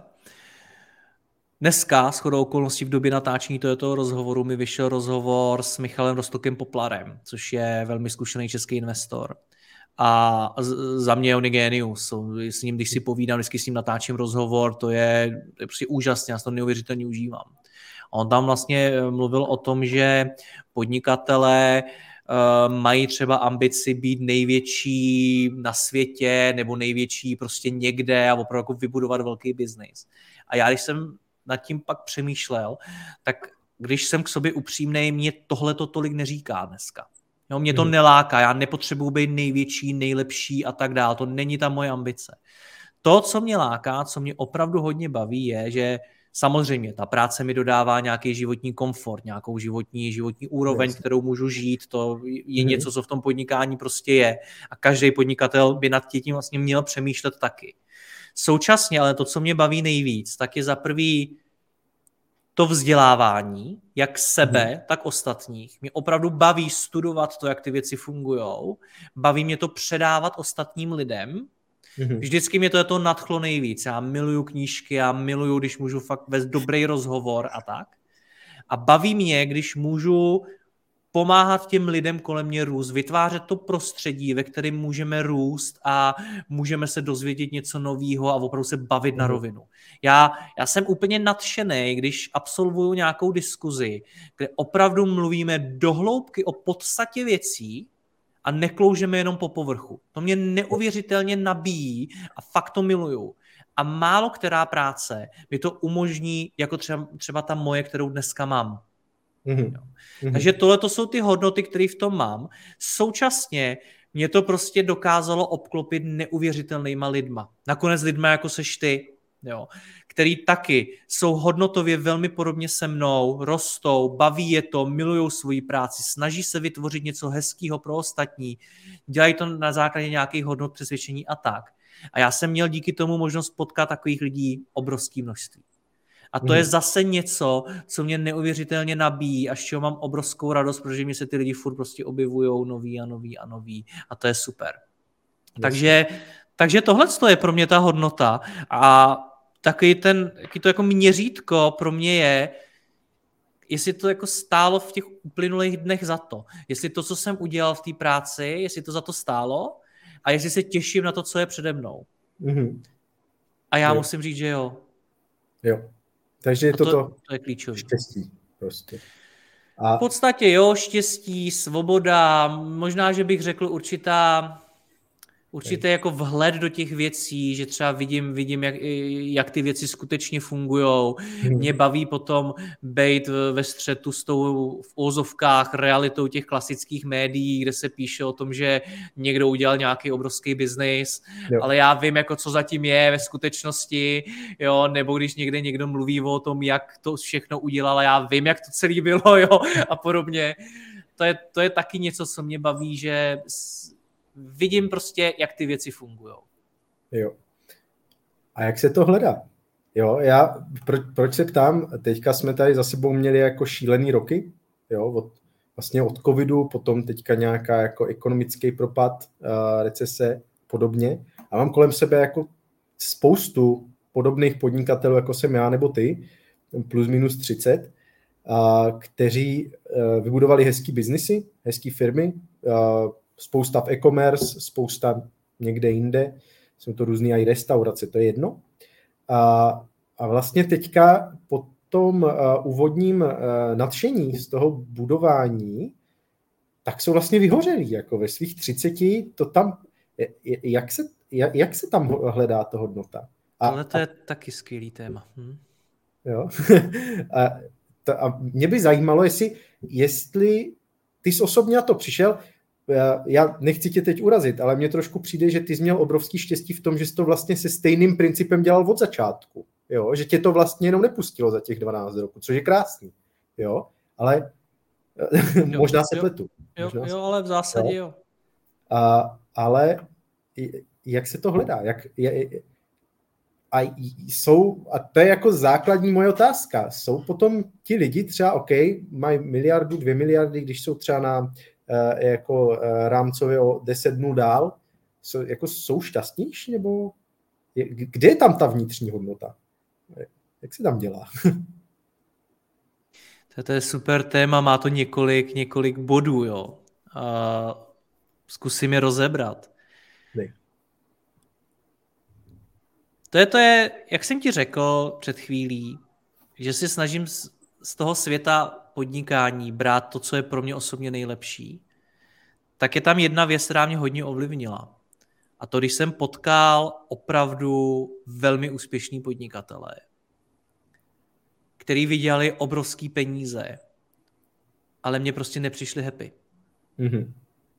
Dneska, shodou okolností v době natáčení tohoto rozhovoru, mi vyšel rozhovor s Michalem Roztokem Poplarem, což je velmi zkušený český investor. A za mě on je genius. S ním, když si povídám, vždycky s ním natáčím rozhovor, to je prostě úžasně, já to neuvěřitelně užívám. A on tam vlastně mluvil o tom, že podnikatelé mají třeba ambici být největší na světě nebo největší prostě někde a opravdu jako vybudovat velký biznis. A já, když jsem nad tím pak přemýšlel, tak když jsem k sobě upřímnej, mě tohle to tolik neříká dneska. Jo, mě to neláká, já nepotřebuji být největší, nejlepší a tak dále, to není ta moje ambice. To, co mě láká, co mě opravdu hodně baví, je, že samozřejmě ta práce mi dodává nějaký životní komfort, nějakou životní úroveň, kterou můžu žít, to je něco, co v tom podnikání prostě je. A každý podnikatel by nad tím vlastně měl přemýšlet taky. Současně, ale to, co mě baví nejvíc, tak je za prvý to vzdělávání, jak sebe, tak ostatních. Mě opravdu baví studovat to, jak ty věci fungujou. Baví mě to předávat ostatním lidem. Vždycky mě to je to nadchlo nejvíc. Já miluju knížky, já miluju, když můžu fakt vést dobrý rozhovor a tak. A baví mě, když můžu pomáhat těm lidem kolem mě růst, vytvářet to prostředí, ve kterém můžeme růst a můžeme se dozvědět něco nového a opravdu se bavit na rovinu. Já jsem úplně nadšený, když absolvuju nějakou diskuzi, kde opravdu mluvíme do hloubky o podstatě věcí a nekloužeme jenom po povrchu. To mě neuvěřitelně nabíjí a fakt to miluju. A málo která práce mi to umožní, jako třeba ta moje, kterou dneska mám. Takže tohle to jsou ty hodnoty, které v tom mám. Současně mě to prostě dokázalo obklopit neuvěřitelnýma lidma. Nakonec lidma, jako seš ty. jo, který taky jsou hodnotově velmi podobně se mnou, rostou, baví je to, milujou svoji práci, snaží se vytvořit něco hezkého pro ostatní, dělají to na základě nějakých hodnot, přesvědčení a tak. A já jsem měl díky tomu možnost potkat takových lidí obrovské množství. A to je zase něco, co mě neuvěřitelně nabíjí, až čeho mám obrovskou radost, protože mi se ty lidi furt prostě objevujou noví a noví a noví. A to je super. Takže tohle je pro mě ta hodnota. A taky to jako měřítko pro mě je, jestli to jako stálo v těch uplynulých dnech za to. Jestli to, co jsem udělal v té práci, jestli to za to stálo a jestli se těším na to, co je přede mnou. A já musím říct, že jo. Jo. Takže to je klíčové. Štěstí prostě. V podstatě jo, štěstí, svoboda, možná, že bych řekl určitě jako vhled do těch věcí, že třeba vidím jak ty věci skutečně fungujou. Mě baví potom být ve střetu s tou v ozovkách realitou těch klasických médií, kde se píše o tom, že někdo udělal nějaký obrovský biznis, ale já vím, jako co zatím je ve skutečnosti, jo, nebo když někde někdo mluví o tom, jak to všechno udělal, a já vím, jak to celé bylo, jo, a podobně. To je taky něco, co mě baví, že vidím prostě, jak ty věci fungují. Jo. A jak se to hledá? Jo, proč se ptám? Teďka jsme tady za sebou měli jako šílený roky, jo, vlastně od covidu, potom teďka nějaká jako ekonomický propad, recese, podobně. A mám kolem sebe jako spoustu podobných podnikatelů, jako jsem já nebo ty, plus minus 30, kteří vybudovali hezký biznisy, hezký firmy, spousta v e-commerce, spousta někde jinde, jsou to různý i restaurace, to je jedno. A vlastně teďka po tom úvodním nadšení z toho budování, tak jsou vlastně vyhořelí, jako ve svých 30, to tam, jak se tam hledá to hodnota? Tohle to je taky skvělý téma. Jo. A mě by zajímalo, jestli ty jsi osobně na to přišel. Já nechci tě teď urazit, ale mně trošku přijde, že ty jsi měl obrovský štěstí v tom, že jsi to vlastně se stejným principem dělal od začátku. Jo? Že tě to vlastně jenom nepustilo za těch 12 roků, což je krásný. Jo? Ale možná se pletu. Jo, ale v zásadě jo. Ale jak se to hledá? A to je jako základní moje otázka. Jsou potom ti lidi třeba, OK, mají 1 miliardu, 2 miliardy, když jsou třeba na jako rámcově o 10 dnů dál, jsou šťastnější, nebo kde je tam ta vnitřní hodnota? Jak se tam dělá? To je super téma, má to několik bodů, jo. Zkusím je rozebrat. Ne. To je, jak jsem ti řekl před chvílí, že si snažím z toho světa podnikání brát to, co je pro mě osobně nejlepší, tak je tam jedna věc, která mě hodně ovlivnila. A to, když jsem potkal opravdu velmi úspěšný podnikatelé, který vydělali obrovský peníze, ale mě prostě nepřišli happy. Mm-hmm.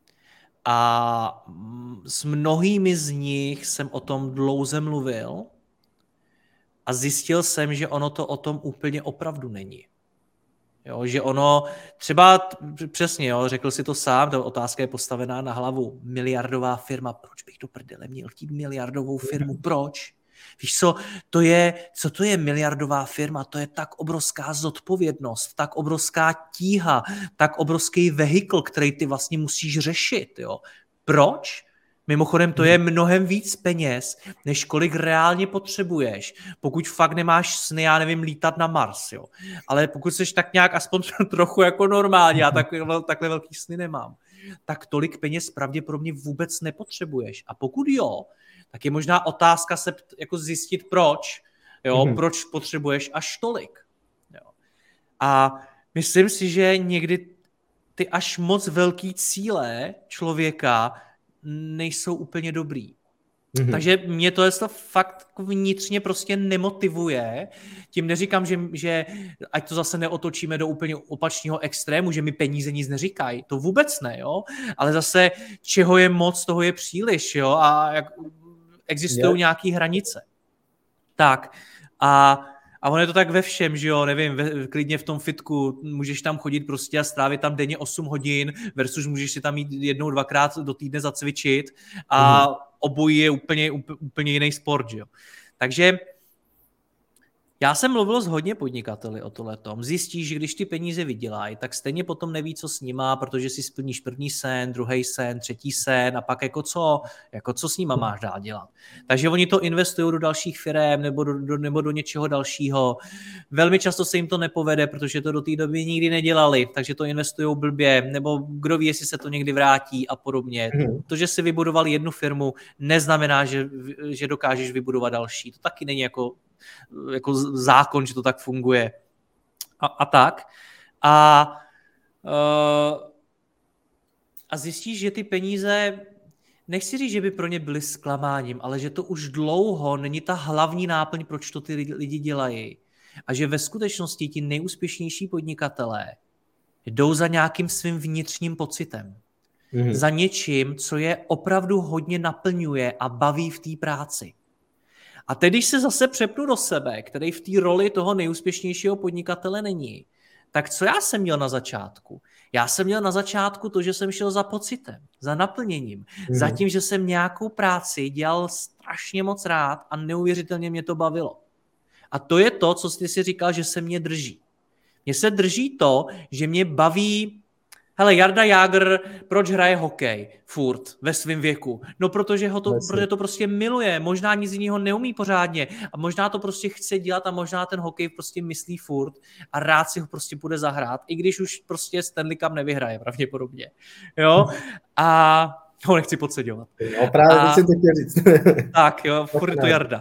A s mnohými z nich jsem o tom dlouze mluvil a zjistil jsem, že ono to o tom úplně opravdu není. Jo, že ono třeba přesně, jo, řekl si to sám, ta otázka je postavená na hlavu. Miliardová firma, proč bych do prdele měl chtít miliardovou firmu, proč? Víš co to je miliardová firma? To je tak obrovská zodpovědnost, tak obrovská tíha, tak obrovský vehikl, který ty vlastně musíš řešit. Jo. Proč? Mimochodem to je mnohem víc peněz, než kolik reálně potřebuješ, pokud fakt nemáš sny, já nevím, lítat na Mars, jo. Ale pokud jsi tak nějak aspoň trochu jako normálně, já takhle velký sny nemám, tak tolik peněz pravděpodobně vůbec nepotřebuješ. A pokud jo, tak je možná otázka se jako zjistit proč, jo, proč potřebuješ až tolik. Jo. A myslím si, že někdy ty až moc velký cíle člověka nejsou úplně dobrý. Mm-hmm. Takže mě to fakt vnitřně prostě nemotivuje. Tím neříkám, že ať to zase neotočíme do úplně opačného extrému, že mi peníze nic neříkají. To vůbec ne, jo? Ale zase čeho je moc, toho je příliš, jo? A existují nějaké hranice. Tak a ono je to tak ve všem, že jo, nevím, klidně v tom fitku můžeš tam chodit prostě a strávit tam denně 8 hodin versus můžeš si tam jít 1-2krát do týdne zacvičit a obojí je úplně jiný sport, že jo. Takže já jsem mluvil s hodně podnikateli o tohletom. Zjistíš, že když ty peníze vydělají, tak stejně potom neví, co s nima, protože si splníš první sen, druhý sen, třetí sen a pak jako co s nima máš dál dělat. Takže oni to investují do dalších firem nebo do něčeho dalšího. Velmi často se jim to nepovede, protože to do té doby nikdy nedělali, takže to investují blbě, nebo kdo ví, jestli se to někdy vrátí a podobně. To, že si vybudoval jednu firmu, neznamená, že dokážeš vybudovat další. To taky není jako zákon, že to tak funguje. A tak. A zjistíš, že ty peníze, nechci říct, že by pro ně byly zklamáním, ale že to už dlouho není ta hlavní náplň, proč to ty lidi dělají. A že ve skutečnosti ti nejúspěšnější podnikatelé jdou za nějakým svým vnitřním pocitem. Za něčím, co je opravdu hodně naplňuje a baví v té práci. A teď, když se zase přepnu do sebe, který v té roli toho nejúspěšnějšího podnikatele není, tak co já jsem měl na začátku? Já jsem měl na začátku to, že jsem šel za pocitem, za naplněním, za tím, že jsem nějakou práci dělal strašně moc rád a neuvěřitelně mě to bavilo. A to je to, co jsi si říkal, že se mě drží. Mně se drží to, že mě baví. Hele, Jarda Jágr, proč hraje hokej furt ve svém věku? No, protože to prostě miluje, možná nic jiného neumí pořádně a možná to prostě chce dělat a možná ten hokej prostě myslí furt a rád si ho prostě bude zahrát, i když už prostě Stanley Cup nevyhraje pravděpodobně. Jo? A ho nechci podceňovat. No, právě jsem to chtěl říct. Tak jo, furt je to Jarda.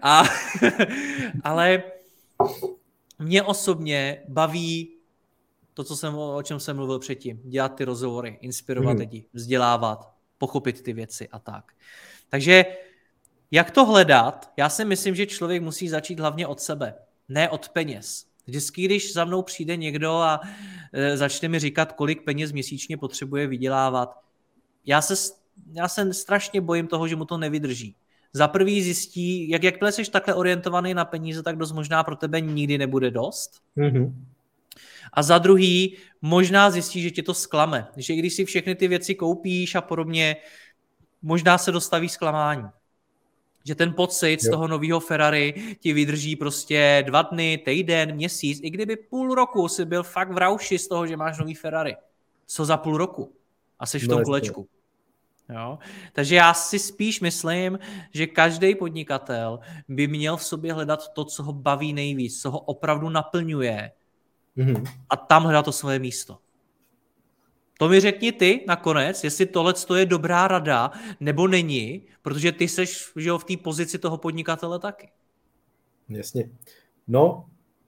Ale mě osobně baví to, o čem jsem mluvil předtím. Dělat ty rozhovory, inspirovat lidi, vzdělávat, pochopit ty věci a tak. Takže jak to hledat? Já si myslím, že člověk musí začít hlavně od sebe, ne od peněz. Vždycky, když za mnou přijde někdo a začne mi říkat, kolik peněz měsíčně potřebuje vydělávat, já se strašně bojím toho, že mu to nevydrží. Za prvý zjistí, jakmile jsi takhle orientovaný na peníze, tak dost možná pro tebe nikdy nebude dost. A za druhý, možná zjistíš, že tě to zklame. Že když si všechny ty věci koupíš a podobně, možná se dostaví zklamání. Že ten pocit z toho nového Ferrari ti vydrží prostě 2 dny, týden, měsíc, i kdyby půl roku si byl fakt v rauši z toho, že máš nový Ferrari. Co za půl roku? A jsi v tom kolečku. Jo? Takže já si spíš myslím, že každý podnikatel by měl v sobě hledat to, co ho baví nejvíc, co ho opravdu naplňuje a tam hledat to svoje místo. To mi řekni ty nakonec, jestli tohle je dobrá rada, nebo není, protože ty seš v té pozici toho podnikatele taky. Jasně. No,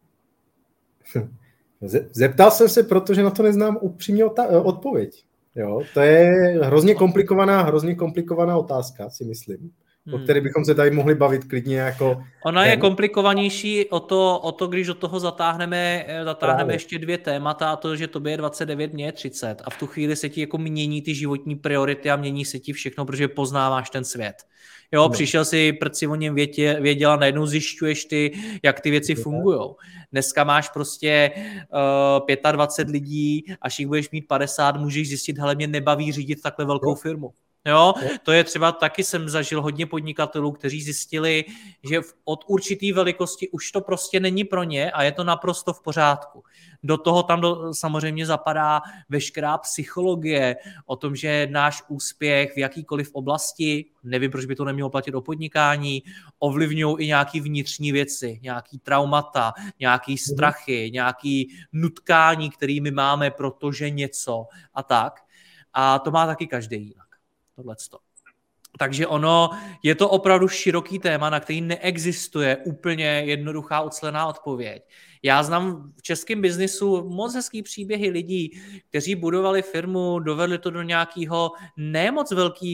zeptal jsem se, protože na to neznám upřímně odpověď. Jo, to je hrozně komplikovaná otázka, si myslím, o které bychom se tady mohli bavit klidně jako... Ona je komplikovanější o to, když do toho zatáhneme ještě 2 témata, a to, že tobě je 29, mně je 30 a v tu chvíli se ti jako mění ty životní priority a mění se ti všechno, protože poznáváš ten svět. Jo, přišel si, prci o něm věděl a najednou zjišťuješ ty, jak ty věci fungujou. Dneska máš prostě 25 lidí, až jich budeš mít 50, můžeš zjistit, hele, mě nebaví řídit takhle velkou firmu. Jo, to je třeba, taky jsem zažil hodně podnikatelů, kteří zjistili, že od určité velikosti už to prostě není pro ně a je to naprosto v pořádku. Do toho tam samozřejmě zapadá veškerá psychologie o tom, že náš úspěch v jakýkoliv oblasti, nevím, proč by to nemělo platit o podnikání, ovlivňují i nějaký vnitřní věci, nějaký traumata, nějaký strachy, nějaký nutkání, který my máme, protože něco a tak. A to má taky každý jinak. Tohleto. Takže je to opravdu široký téma, na který neexistuje úplně jednoduchá ucelená odpověď. Já znám v českém biznisu moc hezký příběhy lidí, kteří budovali firmu, dovedli to do nějaké nemoc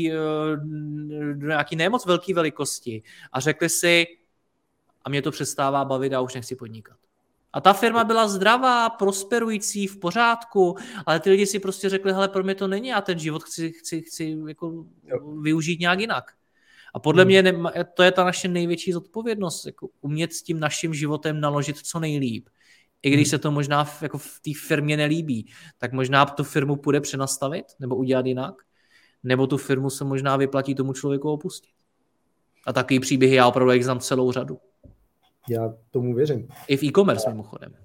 velké velikosti a řekli si, a mě to přestává bavit a už nechci podnikat. A ta firma byla zdravá, prosperující, v pořádku, ale ty lidi si prostě řekli, hele, pro mě to není, já ten život chci jako využít nějak jinak. A podle mě to je ta naše největší zodpovědnost, jako umět s tím naším životem naložit co nejlíp. I když se to možná jako v té firmě nelíbí, tak možná tu firmu půjde přenastavit nebo udělat jinak, nebo tu firmu se možná vyplatí tomu člověku opustit. A takový příběhy já opravdu znám celou řadu. Já tomu věřím. I v e-commerce mimochodem.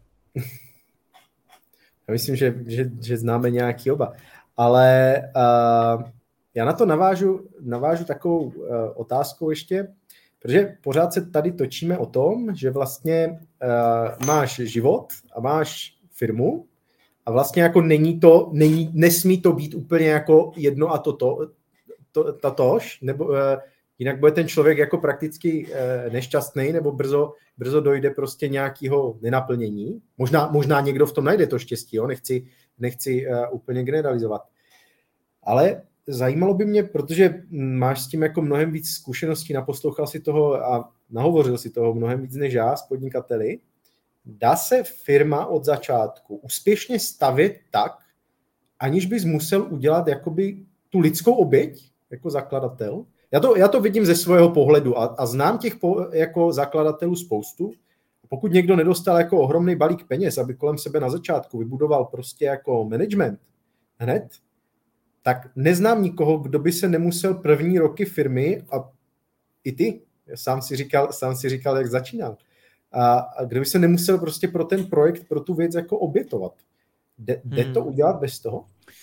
Já myslím, že známe nějaký oba. Ale já na to navážu takovou otázkou ještě, protože pořád se tady točíme o tom, že vlastně máš život a máš firmu a vlastně jako nesmí to být úplně jako jedno a totož, nebo jinak bude ten člověk jako prakticky nešťastný, nebo brzo dojde prostě nějakého nenaplnění. Možná někdo v tom najde to štěstí, jo? Nechci úplně generalizovat. Ale zajímalo by mě, protože máš s tím jako mnohem víc zkušeností, naposlouchal si toho a nahovořil si toho mnohem víc než já s podnikateli. Dá se firma od začátku úspěšně stavět tak, aniž bys musel udělat jakoby tu lidskou oběť jako zakladatel? Já to vidím ze svého pohledu a znám těch jako zakladatelů spoustu. Pokud někdo nedostal jako ohromný balík peněz, aby kolem sebe na začátku vybudoval prostě jako management hned, tak neznám nikoho, kdo by se nemusel první roky firmy, a i ty, sám si říkal, jak začínal, a kdo by se nemusel prostě pro ten projekt, pro tu věc jako obětovat. Jde to udělat bez toho?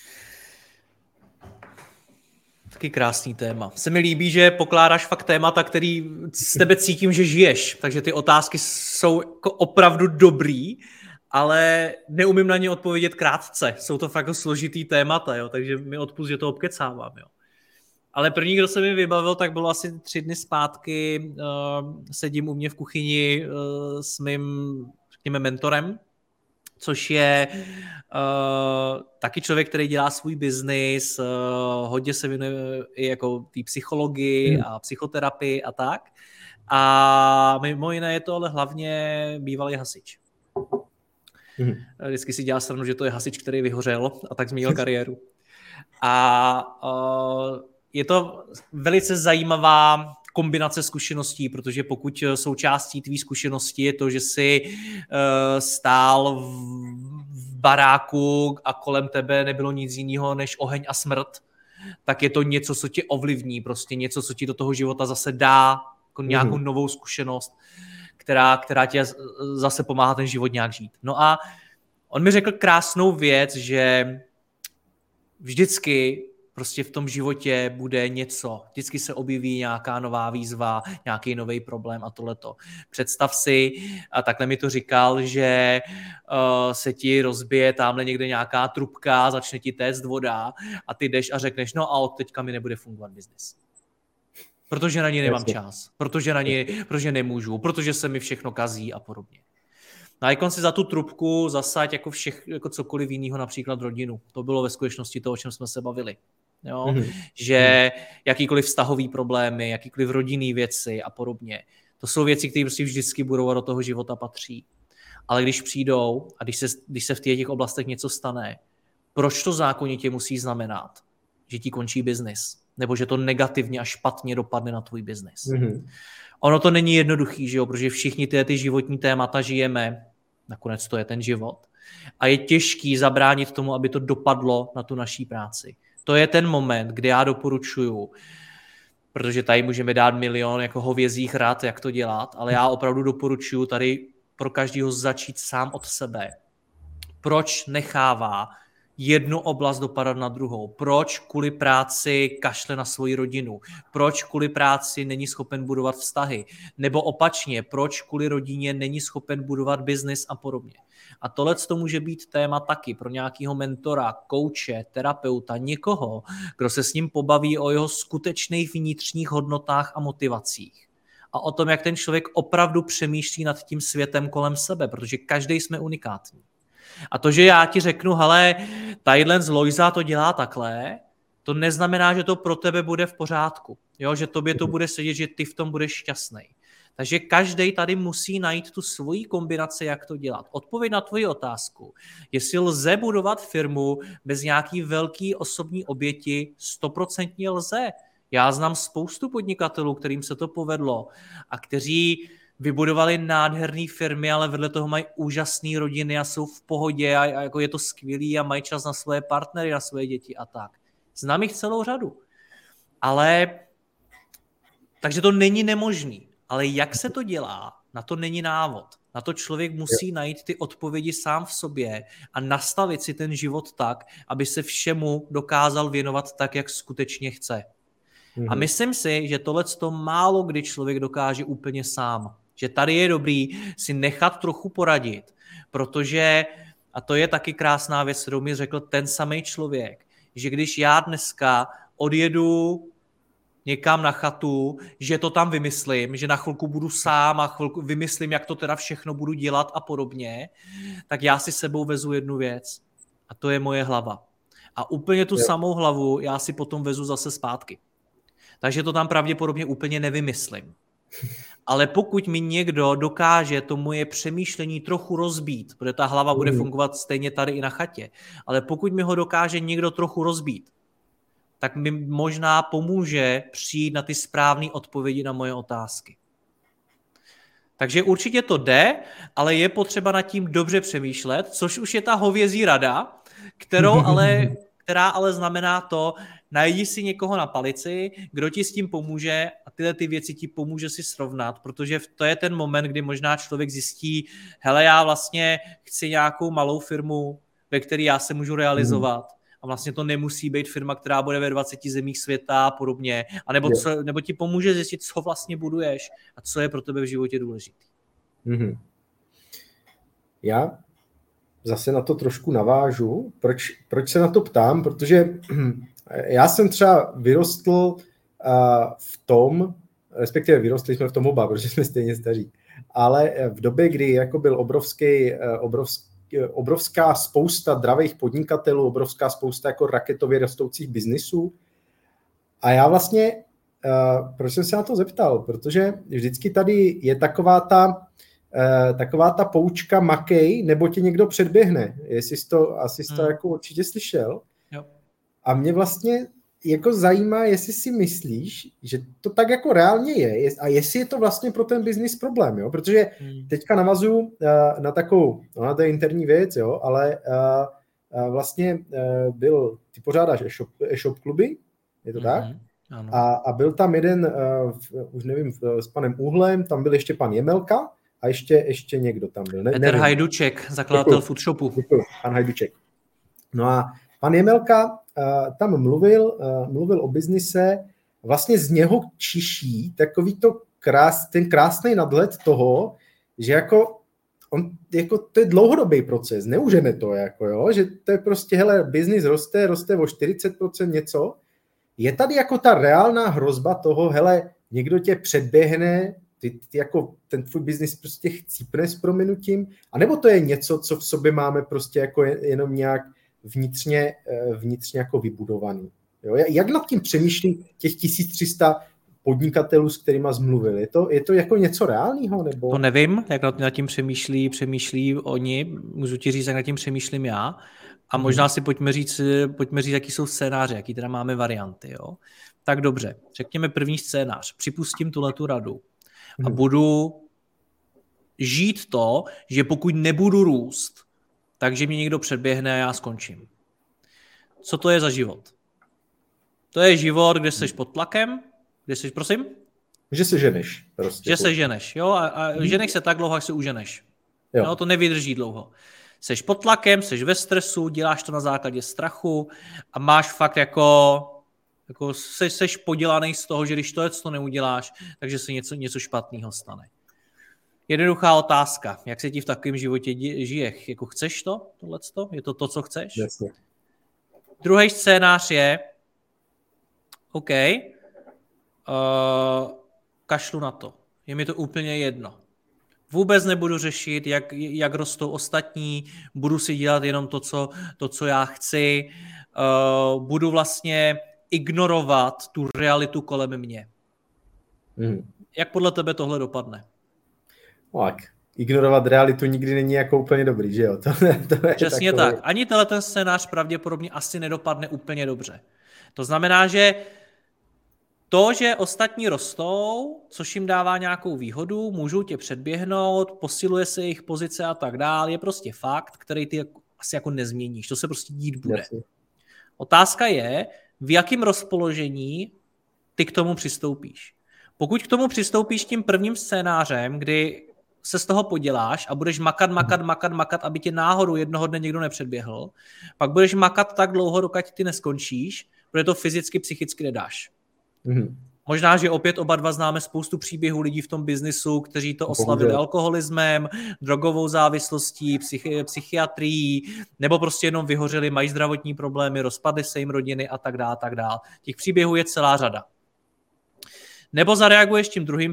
Taky krásný téma. Se mi líbí, že pokládáš fakt témata, který z tebe cítím, že žiješ, takže ty otázky jsou jako opravdu dobrý, ale neumím na ně odpovědět krátce. Jsou to fakt složitý témata, jo, takže mi odpust, že to obkecávám. Jo. Ale první, kdo se mi vybavil, tak bylo asi 3 dny zpátky. Sedím u mě v kuchyni s mým, řekněme, mentorem, což je taky člověk, který dělá svůj biznis, hodně se věnuje i jako té psychologii a psychoterapii a tak. A mimo jiné je to ale hlavně bývalý hasič. Vždycky si dělá stranu, že to je hasič, který vyhořel a tak změnil kariéru. A je to velice zajímavá kombinace zkušeností, protože pokud součástí tvý zkušenosti je to, že jsi stál v baráku a kolem tebe nebylo nic jiného než oheň a smrt, tak je to něco, co tě ovlivní, prostě něco, co ti do toho života zase dá jako nějakou novou zkušenost, která tě zase pomáhá ten život nějak žít. No a on mi řekl krásnou věc, že vždycky prostě v tom životě bude něco. Vždycky se objeví nějaká nová výzva, nějaký nový problém a tohleto. Představ si, a takhle mi to říkal, že se ti rozbije tamhle někde nějaká trubka, začne ti téct voda a ty jdeš a řekneš, no a od teďka mi nebude fungovat biznis. Protože na něj nemám čas, protože nemůžu, protože se mi všechno kazí a podobně. No a jak on si za tu trubku zasaď jako cokoliv jiného, například rodinu. To bylo ve skutečnosti to, o čem jsme se bavili. Jo? Že jakýkoliv vztahový problémy, jakýkoliv rodinný věci a podobně. To jsou věci, které prostě vždycky budou a do toho života patří. Ale když přijdou a když se v těch oblastech něco stane, proč to zákonitě musí znamenat, že ti končí biznis? Nebo že to negativně a špatně dopadne na tvůj biznis? Ono to není jednoduchý, že jo? Protože všichni ty životní témata žijeme, nakonec to je ten život. A je těžký zabránit tomu, aby to dopadlo na tu naší práci. To je ten moment, kdy já doporučuju, protože tady můžeme dát milion jako hovězích rad, jak to dělat, ale já opravdu doporučuju tady pro každého začít sám od sebe. Proč nechává jednu oblast dopadat na druhou? Proč kvůli práci kašle na svoji rodinu? Proč kvůli práci není schopen budovat vztahy? Nebo opačně, proč kvůli rodině není schopen budovat biznis a podobně? A tohle to může být téma taky pro nějakého mentora, kouče, terapeuta, někoho, kdo se s ním pobaví o jeho skutečných vnitřních hodnotách a motivacích. A o tom, jak ten člověk opravdu přemýšlí nad tím světem kolem sebe, protože každý jsme unikátní. A to, že já ti řeknu, hele, tadyhle z Lojza to dělá takhle, to neznamená, že to pro tebe bude v pořádku. Jo? Že tobě to bude sedět, že ty v tom budeš šťastný. Takže každý tady musí najít tu svoji kombinaci, jak to dělat. Odpověď na tvoji otázku. Jestli lze budovat firmu bez nějaký velký osobní oběti, 100% lze. Já znám spoustu podnikatelů, kterým se to povedlo a kteří vybudovali nádherné firmy, ale vedle toho mají úžasné rodiny a jsou v pohodě a jako je to skvělý a mají čas na svoje partnery, na svoje děti a tak. Znám jich celou řadu. Ale takže to není nemožný. Ale jak se to dělá, na to není návod. Na to člověk musí najít ty odpovědi sám v sobě a nastavit si ten život tak, aby se všemu dokázal věnovat tak, jak skutečně chce. A myslím si, že tohleto málo kdy člověk dokáže úplně sám. Že tady je dobrý si nechat trochu poradit, protože, a to je taky krásná věc, kterou mi řekl ten samý člověk, že když já dneska odjedu někam na chatu, že to tam vymyslím, že na chvilku budu sám a chvilku vymyslím, jak to teda všechno budu dělat a podobně, tak já si sebou vezu jednu věc a to je moje hlava. A úplně tu samou hlavu já si potom vezu zase zpátky. Takže to tam pravděpodobně úplně nevymyslím. Ale pokud mi někdo dokáže to moje přemýšlení trochu rozbít, protože ta hlava bude fungovat stejně tady i na chatě, ale pokud mi ho dokáže někdo trochu rozbít, tak mi možná pomůže přijít na ty správné odpovědi na moje otázky. Takže určitě to jde, ale je potřeba nad tím dobře přemýšlet, což už je ta hovězí rada, která ale znamená to, najdi si někoho na palici, kdo ti s tím pomůže a tyhle ty věci ti pomůže si srovnat, protože to je ten moment, kdy možná člověk zjistí, hele, já vlastně chci nějakou malou firmu, ve které já se můžu realizovat. A vlastně to nemusí být firma, která bude ve 20 zemích světa a podobně. A nebo ti pomůže zjistit, co vlastně buduješ a co je pro tebe v životě důležité. Já zase na to trošku navážu. Proč se na to ptám? Protože já jsem třeba vyrostl v tom, respektive vyrostli jsme v tom oba, protože jsme stejně staří, ale v době, kdy jako byl obrovská spousta dravých podnikatelů, obrovská spousta jako raketově rostoucích biznisů. A já vlastně, proč jsem se na to zeptal? Protože vždycky tady je taková ta poučka makej, nebo tě někdo předběhne. Asi jsi to jako určitě slyšel. Jo. A mě vlastně jako zajímá, jestli si myslíš, že to tak jako reálně je a jestli je to vlastně pro ten biznis problém, jo? Protože teďka navazuju na takovou, to je interní věc, jo, ale vlastně ty pořádáš e-shop kluby, je to tak? Ano. A byl tam jeden, už nevím, s panem Úhlem, tam byl ještě pan Jemelka a ještě někdo tam byl. Petr Hajduček, zakladatel Foodshopu. Děkuji, pan Hajduček. No a pan Jemelka tam mluvil o biznise, vlastně z něho čiší ten krásný nadhled toho, že jako to je dlouhodobý proces, neužene to, jako jo, že to je prostě, hele, biznis roste o 40% něco. Je tady jako ta reálná hrozba toho, hele, někdo tě předběhne, ty jako ten tvůj biznis prostě chcípne s prominutím, anebo to je něco, co v sobě máme prostě jako jenom nějak vnitřně jako vybudovaný. Jo? Jak nad tím přemýšlí těch 1300 podnikatelů, s kterýma zmluvil? Je to jako něco reálného? Nebo? To nevím, jak nad tím přemýšlí oni. Můžu ti říct, jak nad tím přemýšlím já. A možná si pojďme říct, jaký jsou scénáře, jaký teda máme varianty. Jo? Tak dobře, řekněme první scénář. Připustím tuhletu radu a budu žít to, že pokud nebudu růst, takže mě někdo předběhne a já skončím. Co to je za život? To je život, kde jsi pod tlakem, kde jsi, prosím? Že se ženeš. Prostě. Že se ženeš, jo, a ženeš se tak dlouho, až se uženeš. Jo. No, to nevydrží dlouho. Seš pod tlakem, seš ve stresu, děláš to na základě strachu a máš fakt jako seš podělaný z toho, že když to neuděláš, takže se něco špatného stane. Jednoduchá otázka. Jak se ti v takovém životě žije? Jako chceš tohleto? Je to, co chceš? Jasně. Druhý scénář je OK, kašlu na to. Je mi to úplně jedno. Vůbec nebudu řešit, jak rostou ostatní, budu si dělat jenom to, co já chci, budu vlastně ignorovat tu realitu kolem mě. Jak podle tebe tohle dopadne? Tak, ignorovat realitu nikdy není jako úplně dobrý, že jo? To je přesně tak. Ani ten scénář pravděpodobně asi nedopadne úplně dobře. To znamená, že To, že ostatní rostou, což jim dává nějakou výhodu, můžou tě předběhnout, posiluje se jejich pozice a tak dále, je prostě fakt, který ty asi jako nezměníš. To se prostě dít bude. Jasně. Otázka je, v jakém rozpoložení ty k tomu přistoupíš. Pokud k tomu přistoupíš tím prvním scénářem, kdy se z toho poděláš a budeš makat, aby tě náhodou jednoho dne někdo nepředběhl, pak budeš makat tak dlouho, dokud ty neskončíš, protože to fyzicky, psychicky nedáš. Možná, že opět oba dva známe spoustu příběhů lidí v tom biznisu, kteří to oslavili alkoholismem, drogovou závislostí, psychiatrií, nebo prostě jenom vyhořeli, mají zdravotní problémy, rozpadly se jim rodiny a tak dále, tak dále. Těch příběhů je celá řada. Nebo zareaguješ tím druhým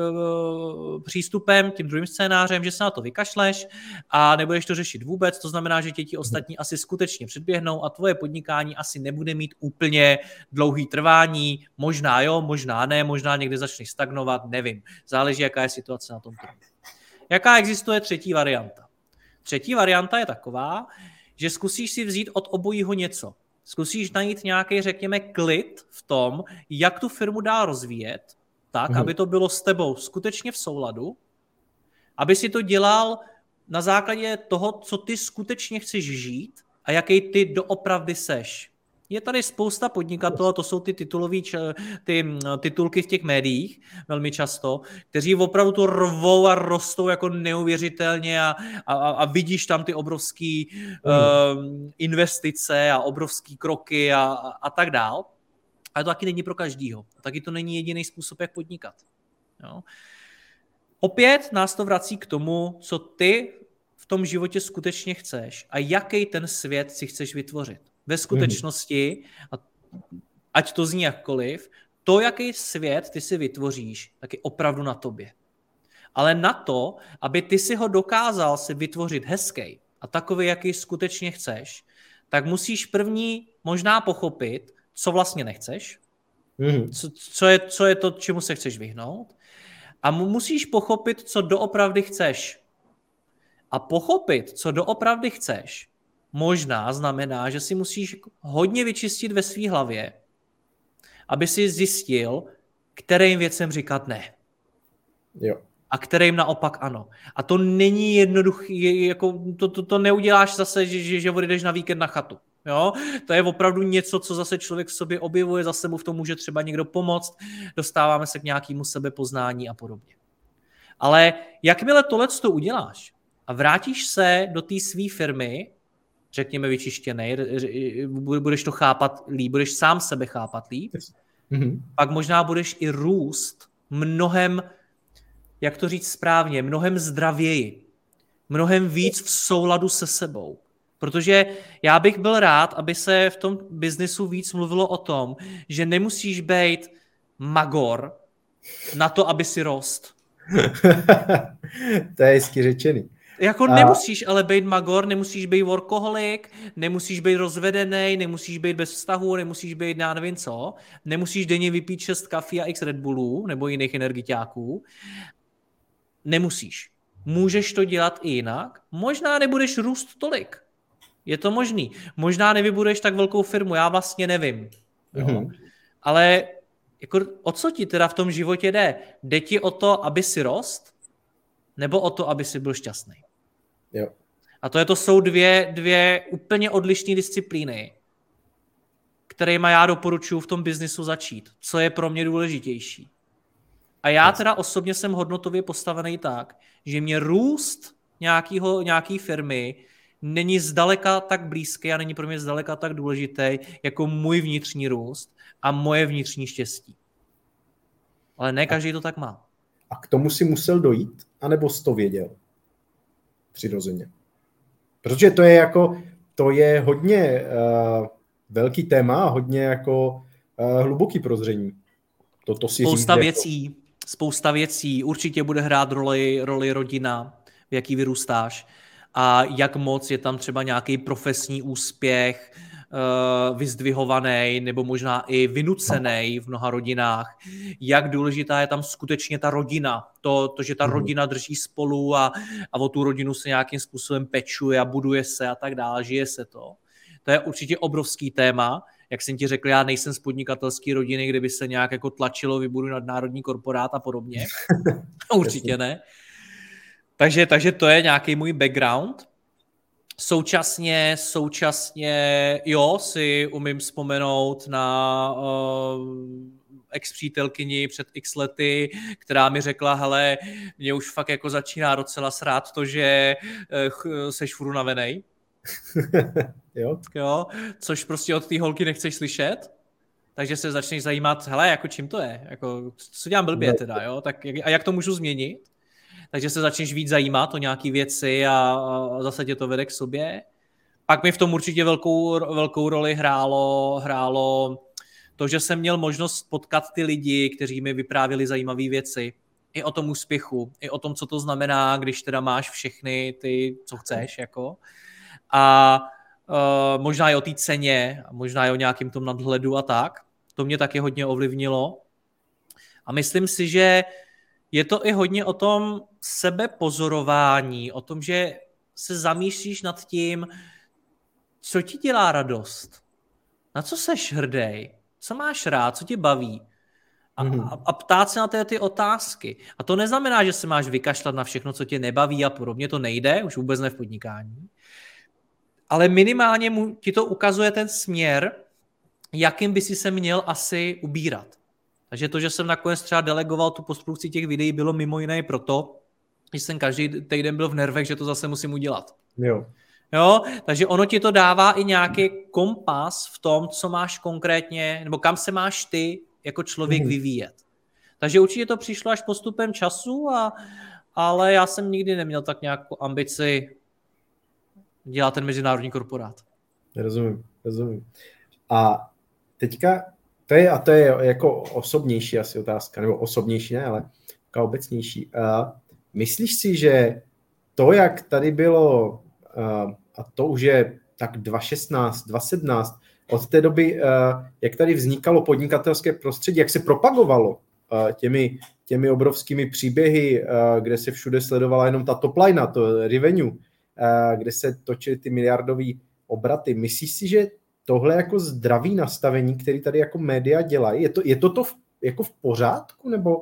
přístupem, tím druhým scénářem, že se na to vykašleš a nebudeš to řešit vůbec, to znamená, že tě ti ostatní asi skutečně předběhnou a tvoje podnikání asi nebude mít úplně dlouhý trvání, možná jo, možná ne, možná někde začneš stagnovat, nevím. Záleží, jaká je situace na tom trhu. Jaká existuje třetí varianta? Třetí varianta je taková, že zkusíš si vzít od obojího něco. Zkusíš najít nějaký, řekněme, klid v tom, jak tu firmu dál rozvíjet, tak, aby to bylo s tebou skutečně v souladu, aby si to dělal na základě toho, co ty skutečně chceš žít a jaký ty doopravdy seš. Je tady spousta podnikatelů, to jsou ty titulky v těch médiích velmi často, kteří opravdu to rvou a rostou jako neuvěřitelně a vidíš tam ty obrovské investice a obrovské kroky a tak dál. Ale to taky není pro každýho. Taky to není jediný způsob, jak podnikat. Jo. Opět nás to vrací k tomu, co ty v tom životě skutečně chceš a jaký ten svět si chceš vytvořit. Ve skutečnosti, ať to zní jakkoliv, to, jaký svět ty si vytvoříš, tak je opravdu na tobě. Ale na to, aby ty si ho dokázal si vytvořit hezký a takový, jaký skutečně chceš, tak musíš první možná pochopit, co vlastně nechceš, co je to, čemu se chceš vyhnout, a musíš pochopit, co doopravdy chceš. A pochopit, co doopravdy chceš, možná znamená, že si musíš hodně vyčistit ve své hlavě, aby si zjistil, kterým věcem říkat ne. Jo. A kterým naopak ano. A to není jednoduchý, jako to neuděláš zase, že odjdeš na víkend na chatu. Jo? To je opravdu něco, co zase člověk v sobě objevuje, zase mu v tom může třeba někdo pomoct, dostáváme se k nějakému sebepoznání a podobně. Ale jakmile tohleto uděláš a vrátíš se do té své firmy, řekněme vyčištěnej, budeš to chápat líp, budeš sám sebe chápat líp, pak možná budeš i růst mnohem, jak to říct správně, mnohem zdravěji, mnohem víc v souladu se sebou. Protože já bych byl rád, aby se v tom biznisu víc mluvilo o tom, že nemusíš být magor na to, aby si rost. To je hezky řečený. Jako nemusíš ale být magor, nemusíš být workoholik, nemusíš být rozvedený, nemusíš být bez vztahu, nemusíš být já nevím co, nemusíš denně vypít 6 kafí a x Red Bullů nebo jiných energiťáků. Nemusíš. Můžeš to dělat i jinak. Možná nebudeš růst tolik. Je to možný. Možná nevybuduješ tak velkou firmu, já vlastně nevím. Jo. Ale jako, o co ti teda v tom životě jde? Jde ti o to, aby si rost, nebo o to, aby si byl šťastný? Jo. A to jsou dvě úplně odlišné disciplíny, kterými já doporučuji v tom biznisu začít. Co je pro mě důležitější. A já teda osobně jsem hodnotově postavený tak, že mě růst nějaký firmy není zdaleka tak blízký a není pro mě zdaleka tak důležitý jako můj vnitřní růst a moje vnitřní štěstí. Ale ne každý to tak má. A k tomu si musel dojít, anebo jsi to věděl? Přirozeně. Protože to je hodně velký téma a hodně jako hluboký prozření. To si Spousta věcí. Určitě bude hrát roli rodina, v jaký vyrůstáš a jak moc je tam třeba nějaký profesní úspěch vyzdvihovaný nebo možná i vynucený v mnoha rodinách. Jak důležitá je tam skutečně ta rodina. To že ta rodina drží spolu a o tu rodinu se nějakým způsobem pečuje a buduje se a tak dále, žije se to. To je určitě obrovský téma, jak jsem ti řekl, já nejsem z podnikatelské rodiny, kde by se nějak jako tlačilo, vybuduji nadnárodní korporát a podobně. Určitě ne. Takže to je nějaký můj background. Současně jo, si umím vzpomenout na ex-přítelkyni před x lety, která mi řekla, hele, mě už fakt jako začíná docela srát to, že seš furt unavenej. Jo, což prostě od té holky nechceš slyšet, takže se začneš zajímat, hele, jako čím to je, jako co dělám blbě teda, jo, tak a jak to můžu změnit? Takže se začneš víc zajímat o nějaké věci a zase tě to vede k sobě. Pak mi v tom určitě velkou roli hrálo to, že jsem měl možnost potkat ty lidi, kteří mi vyprávěli zajímavé věci. I o tom úspěchu, i o tom, co to znamená, když teda máš všechny ty, co chceš, jako. A možná i o té ceně, možná i o nějakým tom nadhledu a tak. To mě taky hodně ovlivnilo. A myslím si, že je to i hodně o tom sebepozorování, o tom, že se zamýšlíš nad tím, co ti dělá radost, na co seš hrdý, co máš rád, co tě baví. A ptát se na ty otázky. A to neznamená, že se máš vykašlat na všechno, co tě nebaví a podobně, to nejde, už vůbec ne v podnikání. Ale minimálně ti to ukazuje ten směr, jakým by si se měl asi ubírat. Takže to, že jsem nakonec třeba delegoval tu postprodukci těch videí, bylo mimo jiné proto, že jsem každý týden byl v nervech, že to zase musím udělat. Jo, takže ono ti to dává i nějaký kompas v tom, co máš konkrétně, nebo kam se máš ty jako člověk vyvíjet. Takže určitě to přišlo až postupem času, ale já jsem nikdy neměl tak nějakou ambici dělat ten mezinárodní korporát. Rozumím. A teďka, to je jako osobnější asi otázka, nebo osobnější ne, ale taková obecnější. Myslíš si, že to, jak tady bylo, a to už je tak 2016, 2017, od té doby, jak tady vznikalo podnikatelské prostředí, jak se propagovalo těmi obrovskými příběhy, kde se všude sledovala jenom ta top line, to revenue, kde se točily ty miliardové obraty. Myslíš si, že tohle jako zdravý nastavení, který tady jako média dělají, je to jako v pořádku, nebo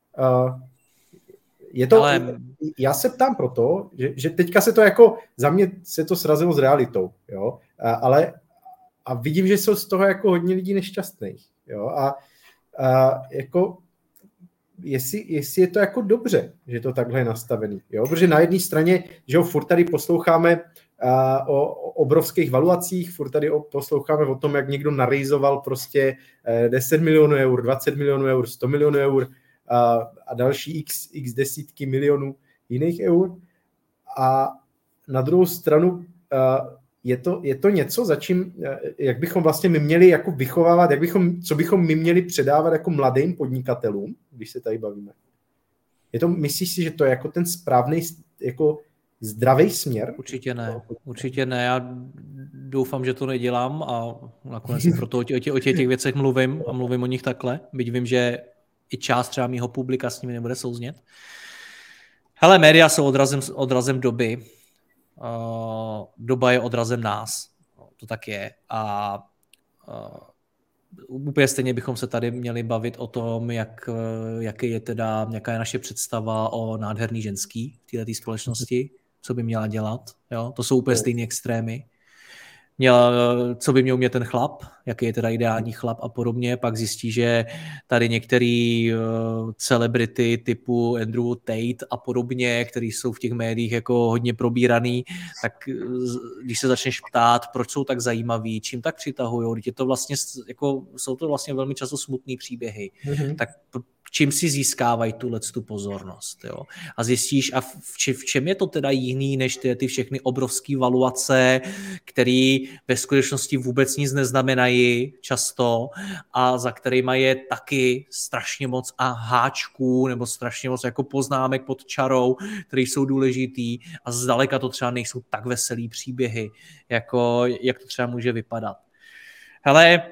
je to... Ale... Já se ptám proto, že teďka se to jako, za mě se to srazilo s realitou, jo, ale a vidím, že jsou z toho jako hodně lidí nešťastných, jo, a jako jestli je to jako dobře, že to takhle je nastavený, jo, protože na jedné straně, že jo, furt tady posloucháme o obrovských valuacích, furt tady posloucháme o tom, jak někdo narejzoval prostě 10 milionů eur, 20 milionů eur, 100 milionů eur a další x desítky milionů jiných eur. A na druhou stranu je to něco, za čím, jak bychom vlastně my měli jako vychovávat, co bychom my měli předávat jako mladým podnikatelům, když se tady bavíme. Myslíš si, že to je jako ten správný, jako zdravý směr? Určitě ne. Já doufám, že to nedělám a nakonec proto o těch věcech mluvím a mluvím o nich takhle, byť vím, že i část třeba mýho publika s nimi nebude souznět. Hele, média jsou odrazem doby. Doba je odrazem nás. To tak je. A úplně stejně bychom se tady měli bavit o tom, jaká je naše představa o nádherný ženský v této společnosti, co by měla dělat. Jo? To jsou úplně stejné extrémy. Co by měl umět ten chlap, jaký je teda ideální chlap a podobně, pak zjistí, že tady některý celebrity typu Andrew Tate a podobně, který jsou v těch médiích jako hodně probíraný, tak když se začneš ptát, proč jsou tak zajímaví, čím tak přitahují, je to vlastně, jako, jsou to vlastně velmi často smutný příběhy, tak čím si získávají tu pozornost. Jo? A zjistíš, a v čem je to teda jiný, než ty všechny obrovské valuace, které ve skutečnosti vůbec nic neznamenají často a za kterýma je taky strašně moc háčků nebo strašně moc jako poznámek pod čarou, které jsou důležitý a zdaleka to třeba nejsou tak veselý příběhy, jako jak to třeba může vypadat. Hele,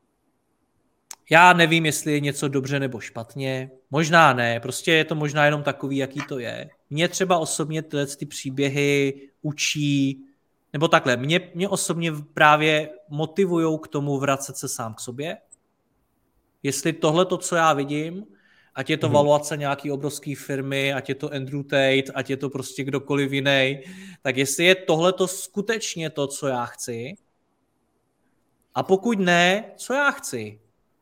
já nevím, jestli je něco dobře nebo špatně. Možná ne, prostě je to možná jenom takový, jaký to je. Mě třeba osobně ty příběhy učí Nebo takhle, mě osobně právě motivujou k tomu vracet se sám k sobě. Jestli tohle to, co já vidím, ať je to valuace nějaký obrovský firmy, ať je to Andrew Tate, ať je to prostě kdokoliv jiný, tak jestli je tohle to skutečně to, co já chci, a pokud ne, co já chci.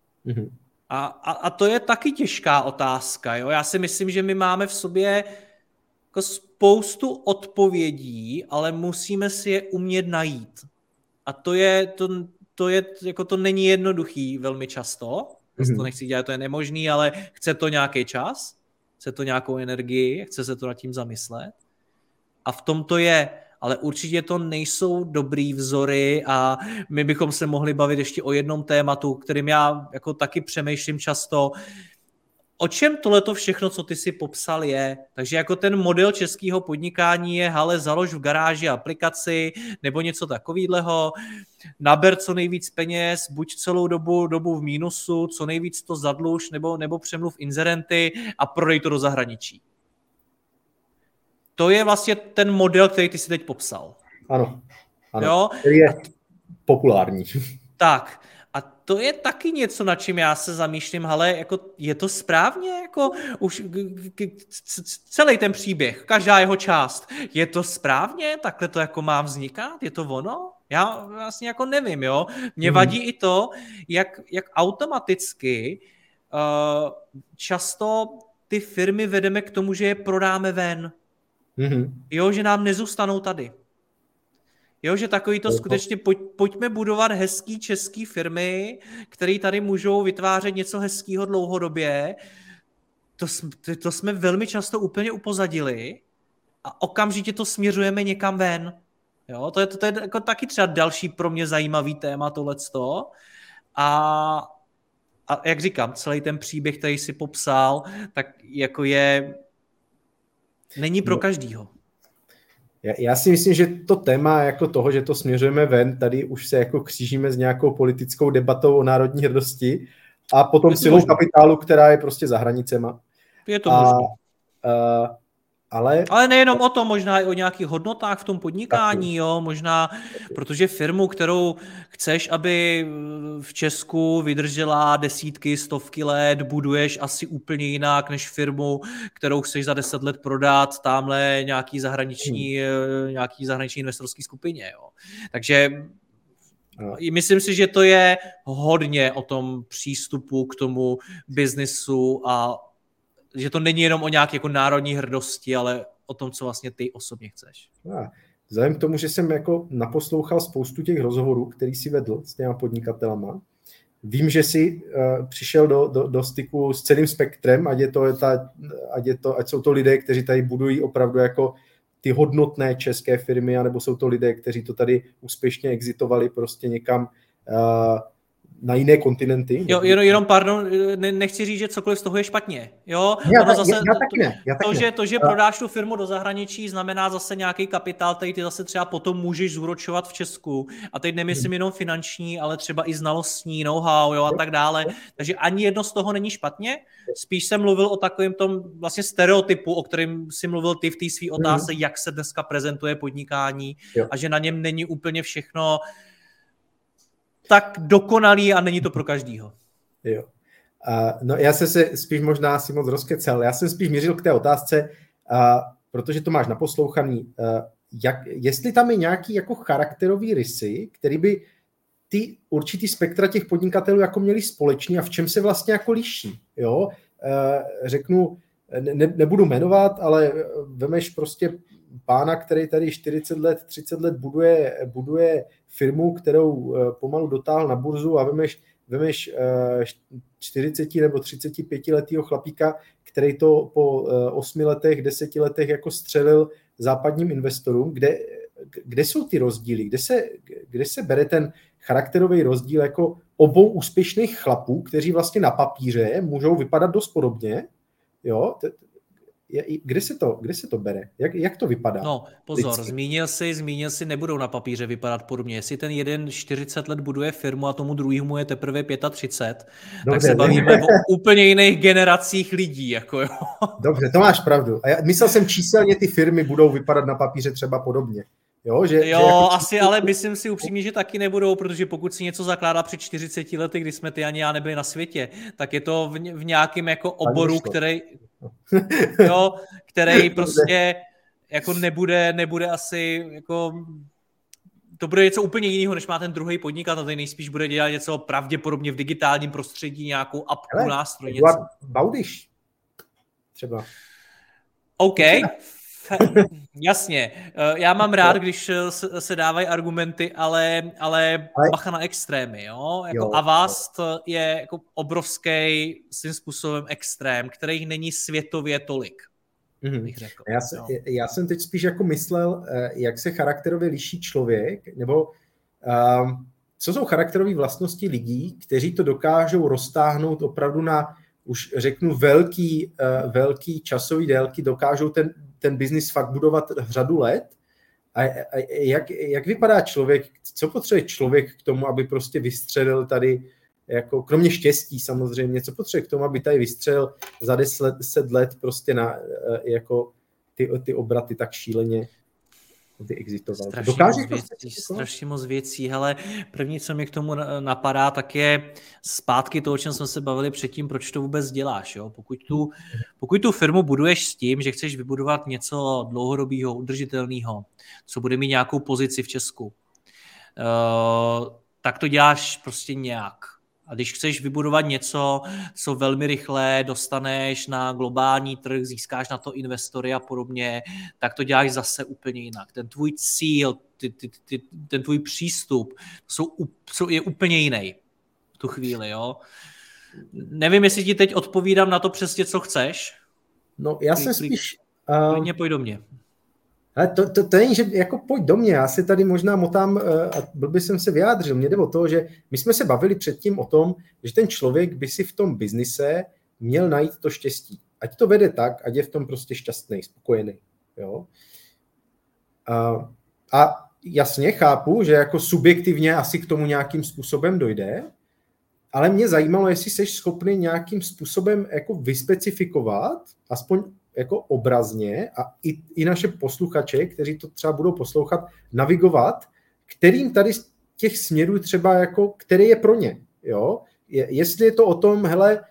A to je taky těžká otázka. Jo? Já si myslím, že my máme v sobě jako spoustu odpovědí, ale musíme si je umět najít. A to není jednoduchý velmi často. To nechci dělat, to je nemožný, ale chce to nějaký čas, chce to nějakou energii, chce se to nad tím zamyslet. A v tom to je. Ale určitě to nejsou dobrý vzory a my bychom se mohli bavit ještě o jednom tématu, kterým já jako taky přemýšlím často. O čem tohleto všechno, co ty si popsal, je? Takže jako ten model českého podnikání je, hele, založ v garáži aplikaci nebo něco takového, naber co nejvíc peněz, buď celou dobu v mínusu, co nejvíc to zadluž nebo přemluv inzerenty a prodej to do zahraničí. To je vlastně ten model, který ty si teď popsal. Ano. Jo? Který je populární. Tak. A to je taky něco, na čím já se zamýšlím, ale jako je to správně? Jako už celý ten příběh, každá jeho část, je to správně? Takhle to jako má vznikat? Je to ono? Já vlastně jako nevím, jo. Mě vadí i to, jak automaticky často ty firmy vedeme k tomu, že je prodáme ven. Jo, že nám nezůstanou tady. Jo, že takový to skutečně pojďme budovat hezký český firmy, které tady můžou vytvářet něco hezkýho dlouhodobě. To jsme velmi často úplně upozadili a okamžitě to směřujeme někam ven. Jo, to je jako taky třeba další pro mě zajímavý téma tohleto. A jak říkám, celý ten příběh, který si popsal, tak jako není pro každýho. Já si myslím, že to téma jako toho, že to směřujeme ven, tady už se jako křížíme s nějakou politickou debatou o národní hrdosti a potom silou kapitálu, která je prostě za hranicema. Je to možné. Ale nejenom o tom, možná i o nějakých hodnotách v tom podnikání, jo, možná, protože firmu, kterou chceš, aby v Česku vydržela desítky, stovky let, buduješ asi úplně jinak, než firmu, kterou chceš za 10 let prodat tamhle nějaký zahraniční investorský skupině, jo. Takže myslím si, že to je hodně o tom přístupu k tomu biznisu a že to není jenom o nějaké jako národní hrdosti, ale o tom, co vlastně ty osobně chceš. Vzhledem k tomu, že jsem jako naposlouchal spoustu těch rozhovorů, který si vedl s těma podnikatelama, vím, že jsi přišel do styku s celým spektrem, ať jsou to lidé, kteří tady budují opravdu jako ty hodnotné české firmy, anebo jsou to lidé, kteří to tady úspěšně exitovali prostě někam na jiné kontinenty. Jo, jenom pardon, nechci říct, že cokoliv z toho je špatně. Jo? To, že prodáš tu firmu do zahraničí, znamená zase nějaký kapitál, který ty zase třeba potom můžeš zúročovat v Česku. A teď nemyslím jenom finanční, ale třeba i znalostní, know-how, jo, a tak dále. Takže ani jedno z toho není špatně. Spíš jsem mluvil o takovém tom vlastně stereotypu, o kterém si mluvil ty v té své otázce, jak se dneska prezentuje podnikání a že na něm není úplně všechno tak dokonalý a není to pro každýho. Jo. No já jsem se spíš možná asi moc rozkecel. Já jsem spíš mířil k té otázce, protože to máš naposlouchaný, jestli tam je nějaký jako charakterový rysy, který by ty určitý spektra těch podnikatelů jako měli společný a v čem se vlastně jako liší. Jo? Řeknu, nebudu jmenovat, ale vemeš prostě pána, který tady 40 let, 30 let buduje firmu, kterou pomalu dotáhl na burzu a vemeš 40 nebo 35 letýho chlapíka, který to po 8 letech, 10 letech jako střelil západním investorům. Kde jsou ty rozdíly? Kde se bere ten charakterový rozdíl jako obou úspěšných chlapů, kteří vlastně na papíře můžou vypadat dost podobně? Jo? Kde se to bere? Jak to vypadá? No, pozor, zmínil si, nebudou na papíře vypadat podobně. Jestli ten jeden 40 let buduje firmu a tomu druhému je teprve 35, tak se bavíme o úplně jiných generacích lidí. Jako jo. Dobře, to máš pravdu. A já myslel jsem číselně ty firmy budou vypadat na papíře třeba podobně. Jo, asi, ale myslím si upřímně, že taky nebudou, protože pokud si něco zakládá před 40 lety, kdy jsme ty ani já nebyli na světě, tak je to v nějakém jako oboru, který prostě jako nebude asi jako... To bude něco úplně jiného, než má ten druhý podnik, a tady nejspíš bude dělat něco pravděpodobně v digitálním prostředí, nějakou apku, nástroj, něco. Baudyš třeba. OK, jasně. Já mám rád, když se dávají argumenty, ale bacha na extrémy, jo? Jako Avast je jako obrovský svým způsobem extrém, který není světově tolik. Bych řekl. Já jsem teď spíš jako myslel, jak se charakterově liší člověk, nebo co jsou charakterové vlastnosti lidí, kteří to dokážou roztáhnout opravdu na, už řeknu, velký časový délky, dokážou ten biznis fakt budovat řadu let. A jak vypadá člověk, co potřebuje člověk k tomu, aby prostě vystřelil tady, jako kromě štěstí samozřejmě, co potřebuje k tomu, aby tady vystřelil za 10 let prostě na jako ty obraty tak šíleně vyexitoval. Strašně moc věcí. Hele, první, co mi k tomu napadá, tak je zpátky to, o čem jsme se bavili předtím, proč to vůbec děláš. Jo? Pokud tu firmu buduješ s tím, že chceš vybudovat něco dlouhodobého, udržitelného, co bude mít nějakou pozici v Česku, tak to děláš prostě nějak. A když chceš vybudovat něco, co velmi rychle dostaneš na globální trh, získáš na to investory a podobně, tak to děláš zase úplně jinak. Ten tvůj cíl, ten tvůj přístup je úplně jiný v tu chvíli. Jo? Nevím, jestli ti teď odpovídám na to přesně, co chceš. No, já jsem spíš... Klidně pojď do mě. Ale to není, že jako pojď do mě, já si tady možná motám, a blbě jsem se vyjádřil, mě jde o to, že my jsme se bavili předtím o tom, že ten člověk by si v tom biznise měl najít to štěstí. Ať to vede tak, ať je v tom prostě šťastný, spokojený. Jo? A jasně chápu, že jako subjektivně asi k tomu nějakým způsobem dojde, ale mě zajímalo, jestli jsi schopný nějakým způsobem jako vyspecifikovat, aspoň jako obrazně a i naše posluchače, kteří to třeba budou poslouchat, navigovat, kterým tady z těch směrů třeba jako, který je pro ně. Jo? Jestli je to o tom, hele,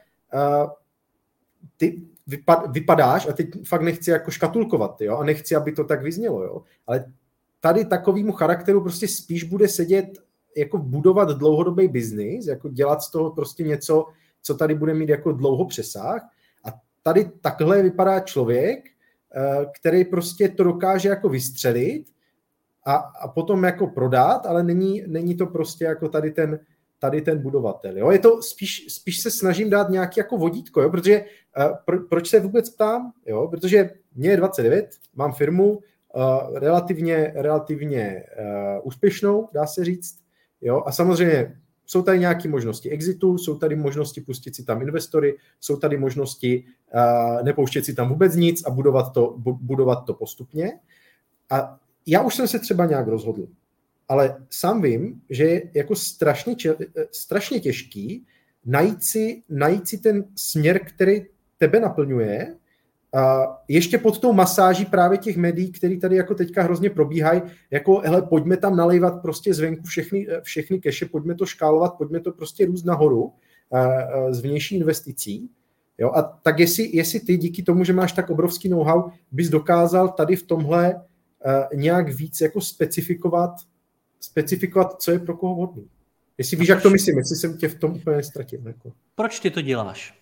ty vypadáš, a teď fakt nechci jako škatulkovat, jo? A nechci, aby to tak vyznělo, jo? Ale tady takovému charakteru prostě spíš bude sedět jako budovat dlouhodobý biznis, jako dělat z toho prostě něco, co tady bude mít jako dlouho přesah. Tady takhle vypadá člověk, který prostě to dokáže jako vystřelit a potom jako prodat, ale není to prostě jako tady ten budovatel. Jo? Je to spíš se snažím dát nějaký jako vodítko, jo? Protože proč se vůbec ptám? Jo? Protože mě je 29, mám firmu relativně úspěšnou, dá se říct. Jo? A samozřejmě jsou tady nějaké možnosti exitu, jsou tady možnosti pustit si tam investory, jsou tady možnosti nepouštět si tam vůbec nic a budovat to postupně. A já už jsem se třeba nějak rozhodl, ale sám vím, že je jako strašně těžký najít si ten směr, který tebe naplňuje, ještě pod tou masáží právě těch médií, které tady jako teďka hrozně probíhají, jako hele, pojďme tam nalévat prostě zvenku všechny keše, pojďme to škálovat, pojďme to prostě růst nahoru z vnější investicí. Jo? A tak jestli ty díky tomu, že máš tak obrovský know-how, bys dokázal tady v tomhle nějak víc jako specifikovat, co je pro koho vhodný. Jestli víš, jak to myslím, jestli jsem tě v tom úplně ztratil. Jako. Proč ty to děláš?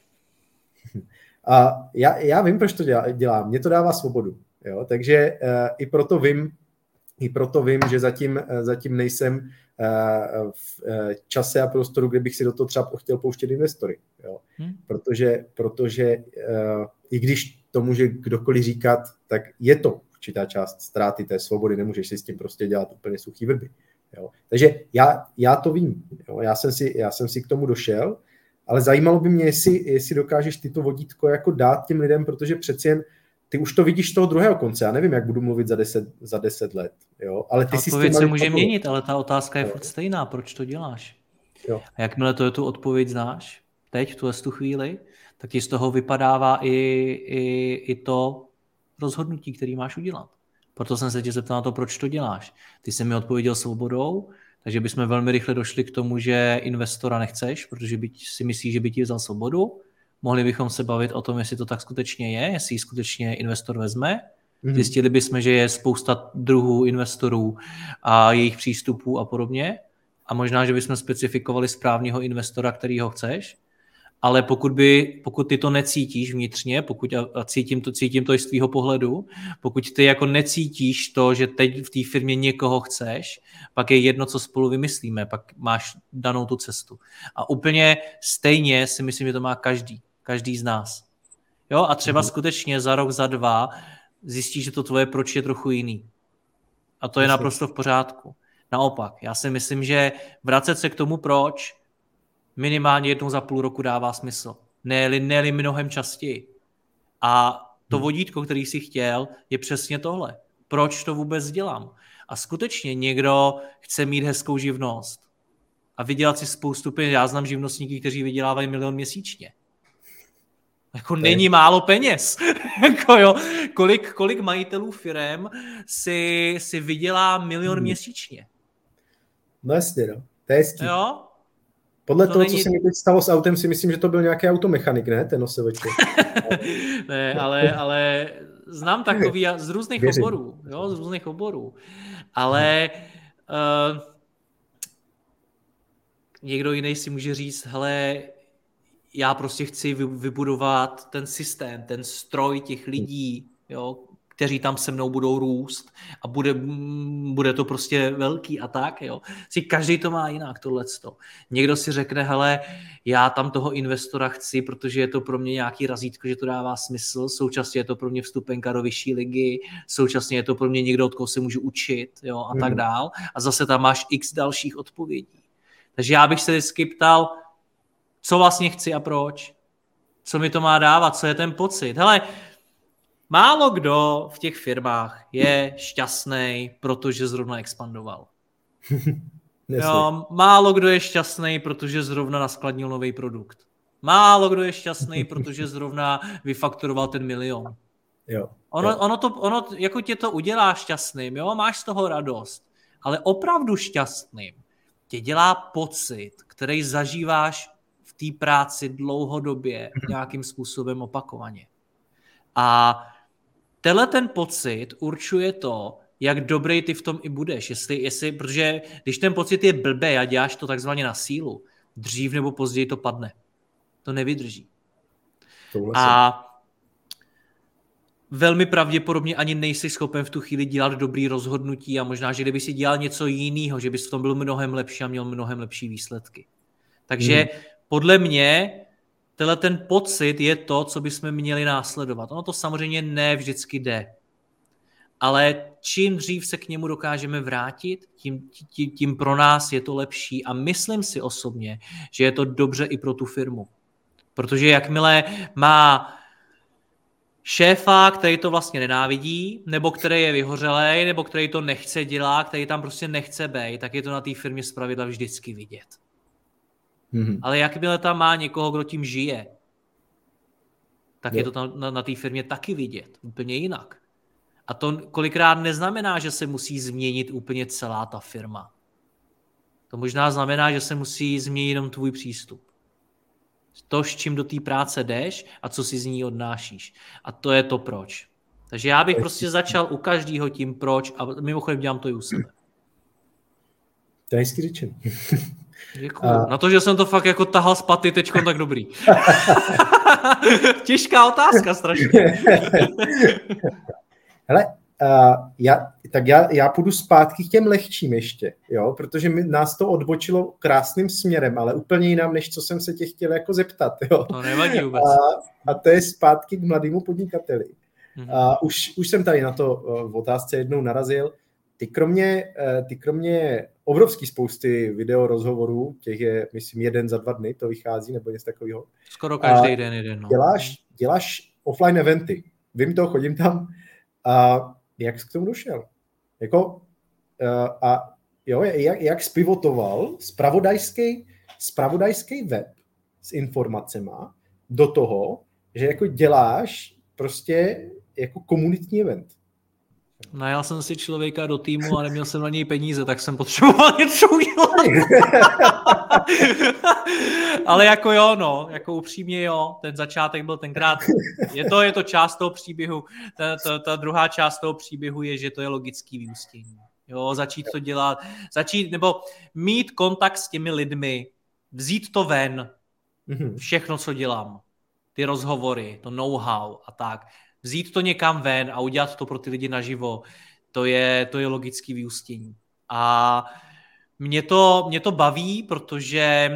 A já vím, proč to dělám. Mně to dává svobodu. Jo? Takže i proto vím, že zatím nejsem v čase a prostoru, kde bych si do toho třeba chtěl pouštět investory. Jo? Protože i když to může kdokoliv říkat, tak je to určitá část ztráty té svobody, nemůžeš si s tím prostě dělat úplně suchý vrby. Jo? Takže já to vím. Jo? Já jsem si k tomu došel, ale zajímalo by mě, jestli dokážeš ty to vodítko jako dát těm lidem, protože přeci jen ty už to vidíš z toho druhého konce. Já nevím, jak budu mluvit za 10 let. Jo? Ale ty odpověď se může měnit, ale ta otázka je furt stejná. Proč to děláš? Jo. A jakmile tu odpověď znáš, teď, v tu chvíli, tak ti z toho vypadává i to rozhodnutí, který máš udělat. Proto jsem se tě zeptal na to, proč to děláš. Ty jsi mi odpověděl svobodou, takže bychom velmi rychle došli k tomu, že investora nechceš, protože si myslíš, že by ti vzal svobodu. Mohli bychom se bavit o tom, jestli to tak skutečně je, jestli ji skutečně investor vezme. Zjistili bychom, že je spousta druhů investorů a jejich přístupů a podobně. A možná, že bychom specifikovali správného investora, který ho chceš. Ale pokud ty to necítíš vnitřně, a cítím to i z tvýho pohledu, pokud ty jako necítíš to, že teď v té firmě někoho chceš, pak je jedno, co spolu vymyslíme, pak máš danou tu cestu. A úplně stejně si myslím, že to má každý z nás. Jo, a třeba skutečně za rok, za 2 zjistíš, že to tvoje proč je trochu jiný. A to je naprosto v pořádku. Naopak, já si myslím, že vracet se k tomu proč minimálně jednou za půl roku dává smysl. Ne-li mnohem častěji. A to vodítko, který jsi chtěl, je přesně tohle. Proč to vůbec dělám? A skutečně někdo chce mít hezkou živnost a vydělat si spoustu peněz. Já znám živnostníky, kteří vydělávají 1 milion měsíčně. Jako není málo peněz. Jako jo, kolik majitelů firem si vydělá 1 milion měsíčně? No jasně, no. To je hezký. Jo? Podle toho, co se mi teď stalo s autem, si myslím, že to byl nějaký automechanik, ne? Ten OSVČ. Ne, ale znám takový z různých oborů. Jo, z různých oborů. Ale někdo jiný si může říct, hele, já prostě chci vybudovat ten systém, ten stroj těch lidí, jo, kteří tam se mnou budou růst a bude to prostě velký a tak, jo. Každý to má jinak, tohleto. Někdo si řekne, hele, já tam toho investora chci, protože je to pro mě nějaký razítko, že to dává smysl, současně je to pro mě vstupenka do vyšší ligy, současně je to pro mě někdo, od koho se můžu učit, jo, a tak dál. A zase tam máš x dalších odpovědí. Takže já bych se vždycky ptal, co vlastně chci a proč? Co mi to má dávat? Co je ten pocit? Hele, málo kdo v těch firmách je šťastný, protože zrovna expandoval. Jo, málo kdo je šťastný, protože zrovna naskladnil nový produkt. Málo kdo je šťastný, protože zrovna vyfakturoval ten 1 milion. Jo. Ono jako tě to udělá šťastným, jo, máš z toho radost, ale opravdu šťastným tě dělá pocit, který zažíváš v té práci dlouhodobě nějakým způsobem opakovaně. A tenhle ten pocit určuje to, jak dobrý ty v tom i budeš. Protože když ten pocit je blbý a děláš to takzvaně na sílu, dřív nebo později to padne. To nevydrží. A velmi pravděpodobně ani nejsi schopen v tu chvíli dělat dobrý rozhodnutí a možná, že kdyby si dělal něco jiného, že bys v tom byl mnohem lepší a měl mnohem lepší výsledky. Takže podle mě tenhle ten pocit je to, co bychom měli následovat. Ono to samozřejmě ne vždycky jde. Ale čím dřív se k němu dokážeme vrátit, tím pro nás je to lepší. A myslím si osobně, že je to dobře i pro tu firmu. Protože jakmile má šéfa, který to vlastně nenávidí, nebo který je vyhořelej, nebo který to nechce dělat, který tam prostě nechce být, tak je to na té firmě zpravidla vždycky vidět. Ale jakmile tam má někoho, kdo tím žije, tak je to tam na té firmě taky vidět. Úplně jinak. A to kolikrát neznamená, že se musí změnit úplně celá ta firma. To možná znamená, že se musí změnit jenom tvůj přístup. To, s čím do té práce jdeš a co si z ní odnášíš. A to je to proč. Takže já bych prostě začal u každého tím proč a mimochodem dělám to i u sebe. To je hezky řečeno. Děkuju. Na to, že jsem to fakt jako tahal z paty teďkon, tak dobrý. Těžká otázka strašně. Hele, já půjdu zpátky k těm lehčím ještě, jo, protože nás to odbočilo krásným směrem, ale úplně jinam, než co jsem se tě chtěl jako zeptat, jo. To nevadí vůbec. A to je zpátky k mladému podnikateli. Už jsem tady na to v otázce jednou narazil. Ty kromě obrovský spousty video rozhovorů, těch je, myslím, 1 za 2 dny, to vychází, nebo něco takového. Skoro každý den jeden. No. Děláš offline eventy. Vím to, chodím tam. A jak jsi k tomu došel? Jak spivotoval zpravodajský web s informacema do toho, že jako děláš prostě jako komunitní event? Najal jsem si člověka do týmu a neměl jsem na něj peníze, tak jsem potřeboval něco udělat. Ale jako jo, no, jako upřímně jo, ten začátek byl tenkrát, je to část toho příběhu, ta druhá část toho příběhu je, že to je logický vyústění. Jo, začít to dělat, nebo mít kontakt s těmi lidmi, vzít to ven, všechno, co dělám, ty rozhovory, to know-how a tak, vzít to někam ven a udělat to pro ty lidi naživo, to je logický vyústění. A mě to baví, protože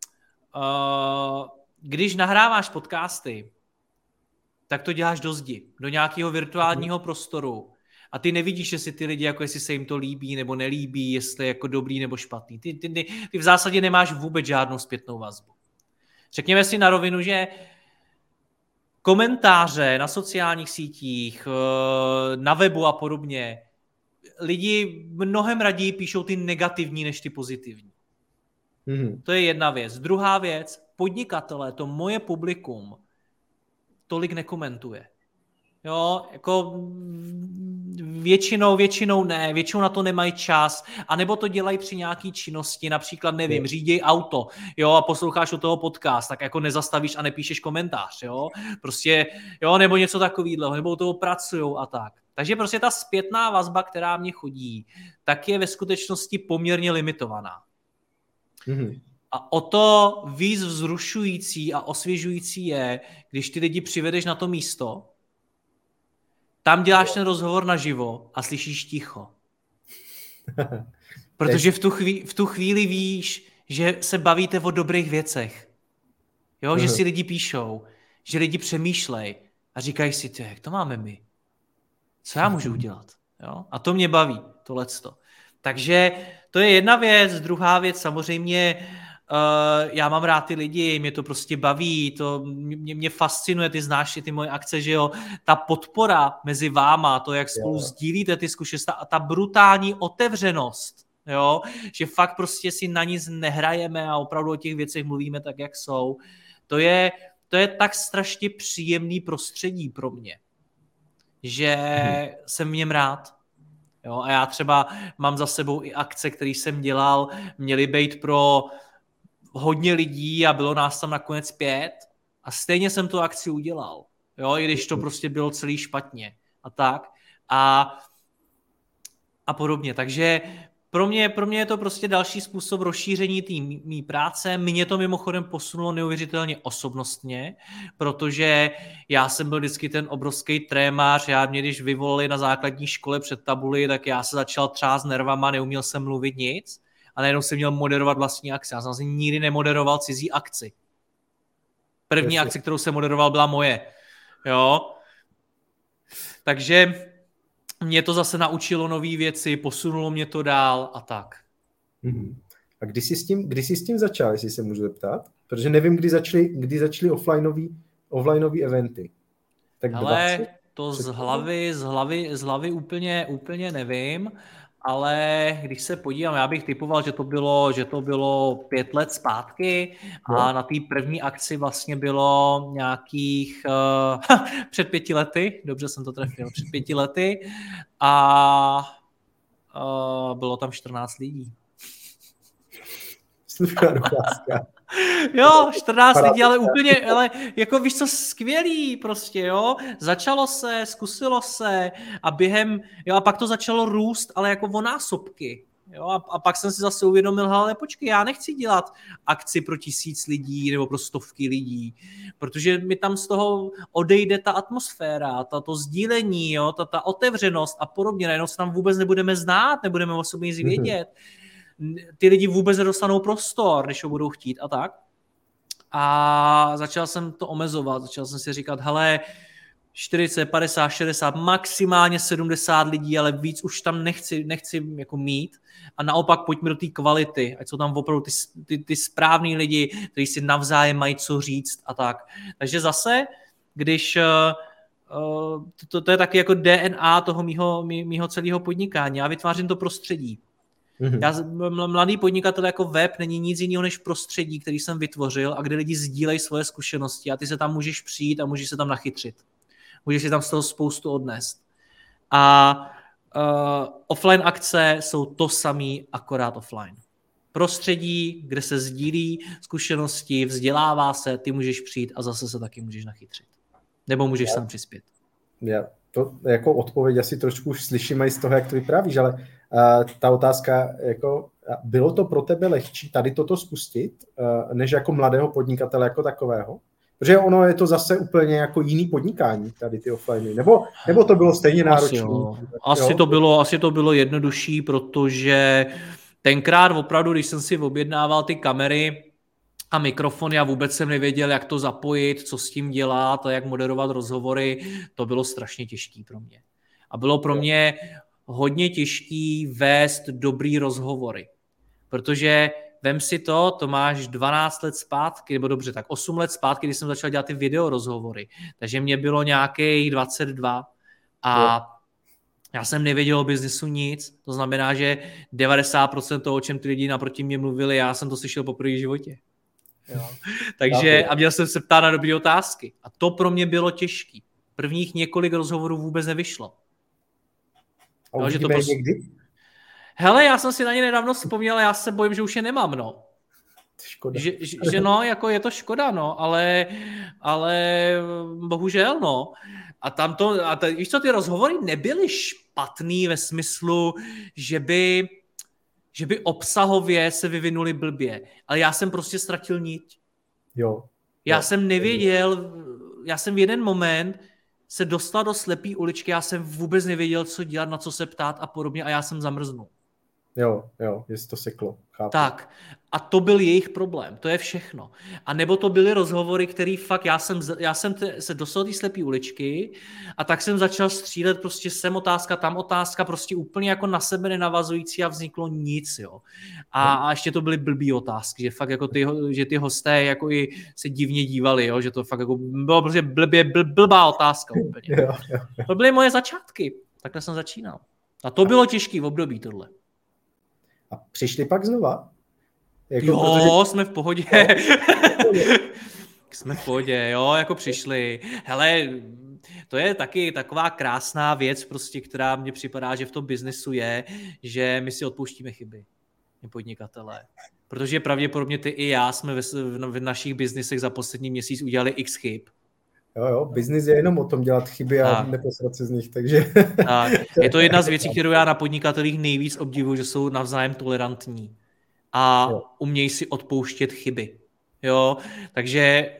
když nahráváš podcasty, tak to děláš do zdi, do nějakého virtuálního prostoru a ty nevidíš, jestli ty lidi, jako jestli se jim to líbí nebo nelíbí, jestli je jako dobrý nebo špatný. Ty v zásadě nemáš vůbec žádnou zpětnou vazbu. Řekněme si na rovinu, že komentáře na sociálních sítích, na webu a podobně, lidi mnohem raději píšou ty negativní než ty pozitivní. To je jedna věc. Druhá věc, podnikatelé, to moje publikum, tolik nekomentuje. Jo, jako většinou ne, většinou na to nemají čas, anebo to dělají při nějaký činnosti, například, nevím, řídí auto, jo, a posloucháš od toho podcast, tak jako nezastavíš a nepíšeš komentář, jo, prostě, jo, nebo něco takového, nebo u toho pracujou a tak. Takže prostě ta zpětná vazba, která mě chodí, tak je ve skutečnosti poměrně limitovaná. A o to víc vzrušující a osvěžující je, když ty lidi přivedeš na to místo, tam děláš ten rozhovor naživo a slyšíš ticho. Protože v tu chvíli víš, že se bavíte o dobrých věcech. Jo, že si lidi píšou, že lidi přemýšlej a říkají si, jak to máme my? Co já můžu udělat? Jo? A to mě baví, tohleto. Takže to je jedna věc. Druhá věc samozřejmě, já mám rád ty lidi, mě to prostě baví, to mě fascinuje, ty znáš ty moje akce, že jo, ta podpora mezi váma, to, jak spolu sdílíte ty zkušenosti a ta brutální otevřenost, jo, že fakt prostě si na nic nehrajeme a opravdu o těch věcech mluvíme tak, jak jsou, to je tak strašně příjemný prostředí pro mě, že jsem v něm rád. Jo, a já třeba mám za sebou i akce, které jsem dělal, měly být pro hodně lidí a bylo nás tam nakonec 5 a stejně jsem tu akci udělal, jo, i když to prostě bylo celý špatně a tak a podobně, takže pro mě je to prostě další způsob rozšíření té mý práce. Mě to mimochodem posunulo neuvěřitelně osobnostně, protože já jsem byl vždycky ten obrovský trémář, mě když vyvolali na základní škole před tabuli, tak já se začal třást nervama, neuměl jsem mluvit nic a najednou jsem měl moderovat vlastní akci. Já jsem vlastně nikdy nemoderoval cizí akci. První akce, kterou jsem moderoval, byla moje. Jo? Takže mě to zase naučilo nové věci, posunulo mě to dál a tak. A kdy jsi s tím začal, jestli se můžu zeptat? Protože nevím, kdy začaly offlineový eventy. Tak ale to z hlavy úplně nevím, ale když se podívám, já bych typoval, že to bylo 5 let zpátky a na té první akci vlastně bylo nějakých před 5 lety, dobře jsem to trefil, před 5 lety a bylo tam 14 lidí. Jo, 14 lidí, ale úplně, jako víš co, skvělý prostě, jo, začalo se, zkusilo se a a pak to začalo růst, ale jako o násobky, jo, a pak jsem si zase uvědomil, ale počkej, já nechci dělat akci pro 1000 lidí nebo pro 100 lidí, protože mi tam z toho odejde ta atmosféra, to sdílení, jo, ta otevřenost a podobně, najednou se tam vůbec nebudeme znát, nebudeme o sobě nic vědět. Ty lidi vůbec nedostanou prostor, když ho budou chtít a tak. A začal jsem to omezovat, začal jsem si říkat, hele, 40, 50, 60, maximálně 70 lidí, ale víc už tam nechci jako mít. A naopak pojďme do té kvality, ať jsou tam opravdu ty správný lidi, kteří si navzájem mají co říct a tak. Takže zase, když to je taky jako DNA toho mýho celého podnikání. Já vytvářím to prostředí. Mladý podnikatel jako web není nic jiného než prostředí, který jsem vytvořil a kde lidi sdílejí svoje zkušenosti a ty se tam můžeš přijít a můžeš se tam nachytřit. Můžeš si tam z toho spoustu odnést. A Offline akce jsou to samý, akorát offline. Prostředí, kde se sdílí zkušenosti, vzdělává se, ty můžeš přijít a zase se taky můžeš nachytřit. Nebo můžeš sám přispět. Já to jako odpověď asi trošku už slyším i z toho, jak to vyprávíš, ale ta otázka, jako, bylo to pro tebe lehčí tady toto spustit, než jako mladého podnikatele jako takového? Protože ono je to zase úplně jako jiný podnikání, tady ty offline. Nebo to bylo stejně náročné? Asi to bylo jednodušší, protože tenkrát opravdu, když jsem si objednával ty kamery a mikrofon, já vůbec jsem nevěděl, jak to zapojit, co s tím dělat a jak moderovat rozhovory, to bylo strašně těžké pro mě. A bylo pro mě hodně těžký vést dobrý rozhovory, protože vem si to máš 12 let zpátky, nebo dobře, tak 8 let zpátky, když jsem začal dělat ty videorozhovory, takže mě bylo nějakých 22 a já jsem nevěděl o biznesu nic, to znamená, že 90% toho, o čem ty lidi naproti mě mluvili, já jsem to slyšel poprvé v životě. Jo. Takže a měl jsem se ptát na dobré otázky. A to pro mě bylo těžký. Prvních několik rozhovorů vůbec nevyšlo. A jo, že to někdy? Hele, já jsem si na ně nedávno vzpomněl, já se bojím, že už je nemám, no. Škoda. Že no, jako je to škoda, no, ale bohužel, no. Víš co, ty rozhovory nebyly špatný ve smyslu, že by obsahově se vyvinuli blbě, ale já jsem prostě ztratil niť. Jo. Já jsem nevěděl, já jsem v jeden moment se dostal do slepý uličky, já jsem vůbec nevěděl, co dělat, na co se ptát a podobně a já jsem zamrznul. Jo, jestli to seklo, chápu. Tak, a to byl jejich problém, to je všechno. A nebo to byly rozhovory, který fakt, já jsem se dostal do té slepý uličky a tak jsem začal střílet prostě sem otázka, tam otázka, prostě úplně jako na sebe nenavazující a vzniklo nic, jo. A ještě to byly blbý otázky, že fakt jako že ty hosté jako i se divně dívali, jo, že to fakt jako bylo prostě blbá otázka úplně. Jo. To byly moje začátky, takhle jsem začínal. A to bylo těžký v období tohle. A přišli pak znova? Jsme v pohodě. Jsme v pohodě, jo, jako přišli. Hele, to je taky taková krásná věc, prostě, která mně připadá, že v tom biznesu je, že my si odpouštíme chyby, my podnikatelé. Protože pravděpodobně ty i já jsme v našich biznisech za poslední měsíc udělali x chyb. Jo, biznis je jenom o tom dělat chyby a neposrat se z nich, takže... Tak. Je to jedna z věcí, kterou já na podnikatelích nejvíc obdivuju, že jsou navzájem tolerantní a umějí si odpouštět chyby. Jo, takže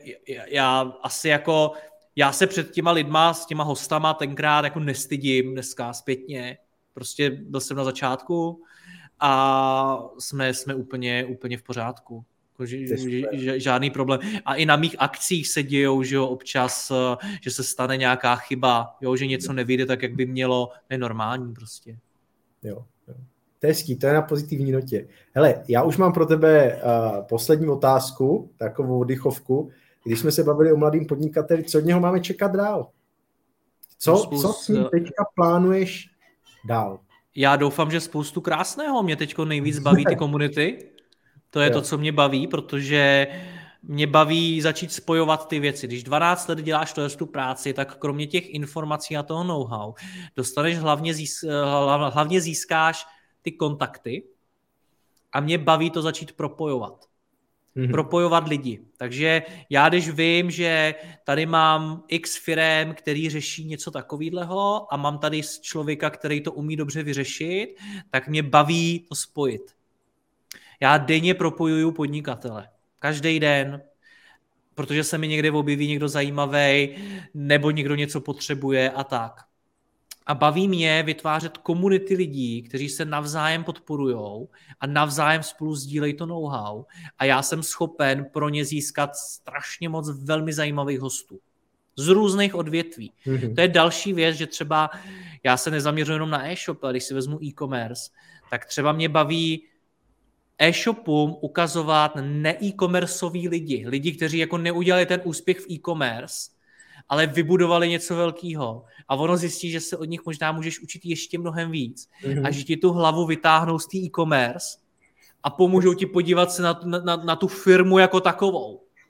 já se před těma lidma, s těma hostama tenkrát jako nestydím dneska zpětně. Prostě byl jsem na začátku a jsme úplně v pořádku. Žádný problém. A i na mých akcích se dějou, že jo, občas, že se stane nějaká chyba, jo, že něco nevyjde tak, jak by mělo. To je normální prostě. Jo. To je hezký, to je na pozitivní notě. Hele, já už mám pro tebe poslední otázku, takovou oddychovku. Když jsme se bavili o mladým podnikateli, co od něho máme čekat dál? Co s ním teďka plánuješ dál? Já doufám, že spoustu krásného. Mě teďko nejvíc baví ty komunity. To je to, co mě baví, protože mě baví začít spojovat ty věci. Když 12 let děláš tu práci, tak kromě těch informací a toho know-how dostaneš hlavně získáš ty kontakty a mě baví to začít propojovat. Propojovat lidi. Takže já, když vím, že tady mám x firem, který řeší něco takového a mám tady člověka, který to umí dobře vyřešit, tak mě baví to spojit. Já denně propojuju podnikatele. Každý den. Protože se mi někde objeví někdo zajímavý nebo někdo něco potřebuje a tak. A baví mě vytvářet komunity lidí, kteří se navzájem podporujou a navzájem spolu sdílejí to know-how a já jsem schopen pro ně získat strašně moc velmi zajímavých hostů. Z různých odvětví. To je další věc, že třeba já se nezaměřuji jenom na e-shop, ale když si vezmu e-commerce, tak třeba mě baví e-shopům ukazovat ne-e-commerceový lidi, kteří jako neudělali ten úspěch v e-commerce, ale vybudovali něco velkého. A ono zjistí, že se od nich možná můžeš učit ještě mnohem víc. A že ti tu hlavu vytáhnou z té e-commerce a pomůžou ti podívat se na tu firmu jako takovou.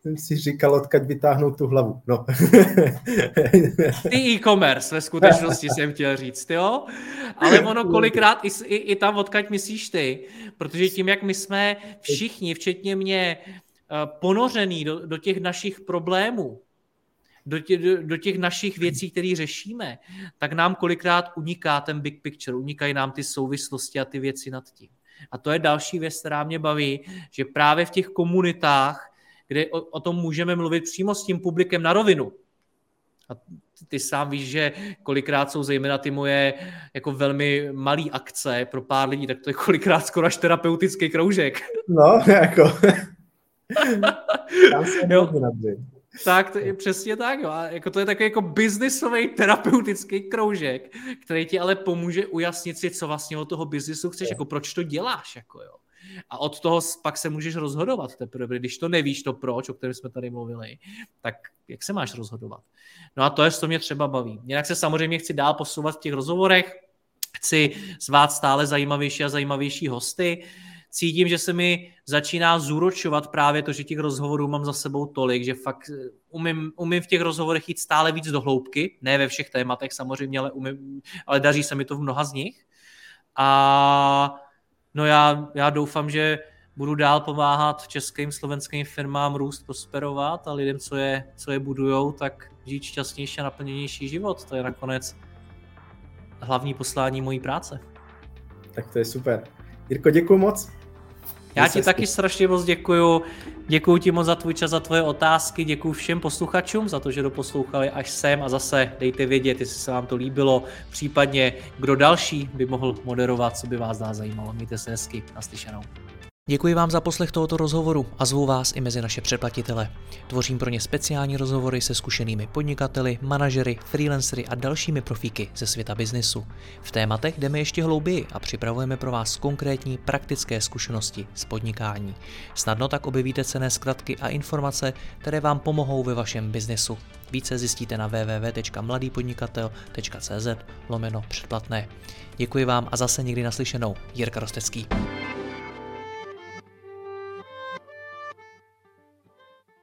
jsem si říkal, odkud vytáhnout tu hlavu. No. Ty e-commerce ve skutečnosti jsem chtěl říct, jo? Ale ono kolikrát i tam, odkud myslíš ty, protože tím, jak my jsme všichni, včetně mě, ponořený do těch našich problémů, do těch našich věcí, které řešíme, tak nám kolikrát uniká ten big picture, unikají nám ty souvislosti a ty věci nad tím. A to je další věc, která mě baví, že právě v těch komunitách, kde o tom můžeme mluvit přímo s tím publikem na rovinu. A ty sám víš, že kolikrát jsou zejména ty moje jako velmi malý akce pro pár lidí, tak to je kolikrát skoro až terapeutický kroužek. No, jako... Tam se tak, to je přesně tak. Jo. A jako to je takový jako biznisový terapeutický kroužek, který ti ale pomůže ujasnit si, co vlastně od toho biznisu chceš, jako proč to děláš. Jako jo. A od toho pak se můžeš rozhodovat teprve. Když to nevíš, to proč, o kterém jsme tady mluvili, tak jak se máš rozhodovat? No a to je, co mě třeba baví. Jinak se samozřejmě chci dál posouvat v těch rozhovorech, chci zvát stále zajímavější a zajímavější hosty. Cítím, že se mi začíná zúročovat právě to, že těch rozhovorů mám za sebou tolik, že fakt umím v těch rozhovorech jít stále víc do hloubky, ne ve všech tématech samozřejmě, ale daří se mi to v mnoha z nich. A no já doufám, že budu dál pomáhat českým, slovenským firmám růst, prosperovat a lidem, co je budujou, tak žít šťastnější a naplněnější život. To je nakonec hlavní poslání mojí práce. Tak to je super. Jirko, děkuji moc. Já ti taky strašně moc děkuju. Děkuju ti moc za tvůj čas, za tvoje otázky. Děkuju všem posluchačům za to, že doposlouchali až sem a zase dejte vědět, jestli se vám to líbilo. Případně kdo další by mohl moderovat, co by vás zajímalo. Mějte se hezky. Naslyšenou. Děkuji vám za poslech tohoto rozhovoru a zvu vás i mezi naše předplatitele. Tvořím pro ně speciální rozhovory se zkušenými podnikateli, manažery, freelancery a dalšími profíky ze světa biznesu. V tématech jdeme ještě hlouběji a připravujeme pro vás konkrétní praktické zkušenosti z podnikání. Snadno tak objevíte cenné zkratky a informace, které vám pomohou ve vašem biznesu. Více zjistíte na www.mladýpodnikatel.cz/předplatné. Děkuji vám a zase někdy naslyšenou. Jirka Rostecký.